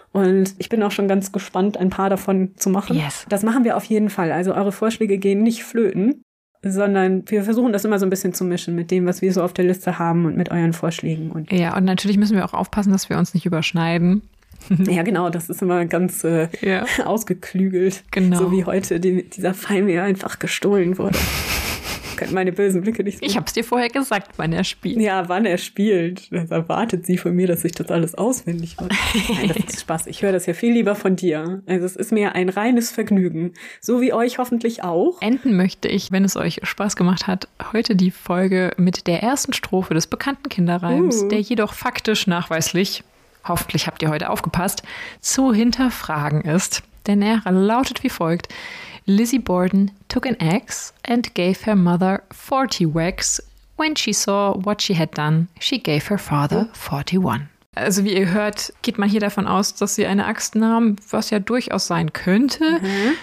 Und ich bin auch schon ganz gespannt, ein paar davon zu machen. Yes. Das machen wir auf jeden Fall. Also eure Vorschläge gehen nicht flöten, sondern wir versuchen das immer so ein bisschen zu mischen mit dem, was wir so auf der Liste haben und mit euren Vorschlägen. Und Ja, und natürlich müssen wir auch aufpassen, dass wir uns nicht überschneiden. ja, genau, das ist immer ganz ausgeklügelt. Genau. So wie heute dieser Fall mir einfach gestohlen wurde. Können meine bösen Blicke nicht sehen. Ich hab's dir vorher gesagt, wann er spielt. Ja, wann er spielt. Das erwartet sie von mir, dass ich das alles auswendig mache. Nein, das ist Spaß. Ich höre das ja viel lieber von dir. Also es ist mir ein reines Vergnügen. So wie euch hoffentlich auch. Enden möchte ich, wenn es euch Spaß gemacht hat, heute die Folge mit der ersten Strophe des bekannten Kinderreims, der jedoch faktisch nachweislich, hoffentlich habt ihr heute aufgepasst, zu hinterfragen ist. Denn er lautet wie folgt: Lizzie Borden took an axe and gave her mother 40 whacks. When she saw what she had done, she gave her father 41. Also wie ihr hört, geht man hier davon aus, dass sie eine Axt nahm, was ja durchaus sein könnte.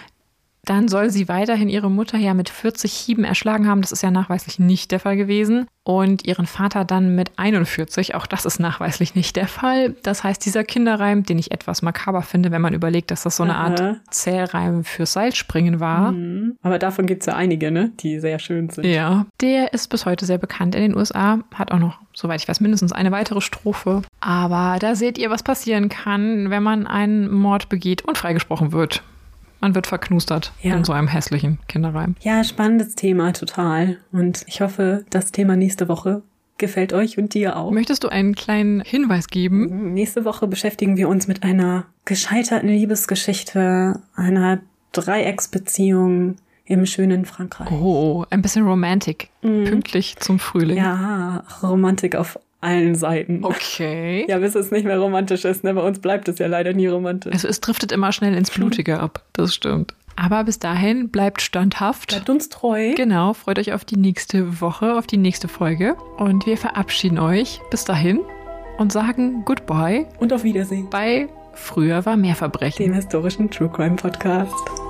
Dann soll sie weiterhin ihre Mutter ja mit 40 Hieben erschlagen haben. Das ist ja nachweislich nicht der Fall gewesen. Und ihren Vater dann mit 41. Auch das ist nachweislich nicht der Fall. Das heißt, dieser Kinderreim, den ich etwas makaber finde, wenn man überlegt, dass das so eine Art Zählreim fürs Seilspringen war. Aber davon gibt es ja einige, ne, die sehr schön sind. Ja, der ist bis heute sehr bekannt in den USA. Hat auch noch, soweit ich weiß, mindestens eine weitere Strophe. Aber da seht ihr, was passieren kann, wenn man einen Mord begeht und freigesprochen wird. Man wird verknustert in so einem hässlichen Kinderreim. Ja, spannendes Thema, total. Und ich hoffe, das Thema nächste Woche gefällt euch und dir auch. Möchtest du einen kleinen Hinweis geben? Nächste Woche beschäftigen wir uns mit einer gescheiterten Liebesgeschichte, einer Dreiecksbeziehung im schönen Frankreich. Oh, ein bisschen Romantik. Pünktlich zum Frühling. Ja, Romantik auf allen Seiten. Okay. Ja, bis es nicht mehr romantisch ist. Ne? Bei uns bleibt es ja leider nie romantisch. Also es driftet immer schnell ins Blutige ab. Das stimmt. Aber bis dahin bleibt standhaft. Bleibt uns treu. Genau, freut euch auf die nächste Woche, auf die nächste Folge. Und wir verabschieden euch bis dahin und sagen Goodbye. Und auf Wiedersehen. Bei Früher war mehr Verbrechen. Dem historischen True Crime Podcast.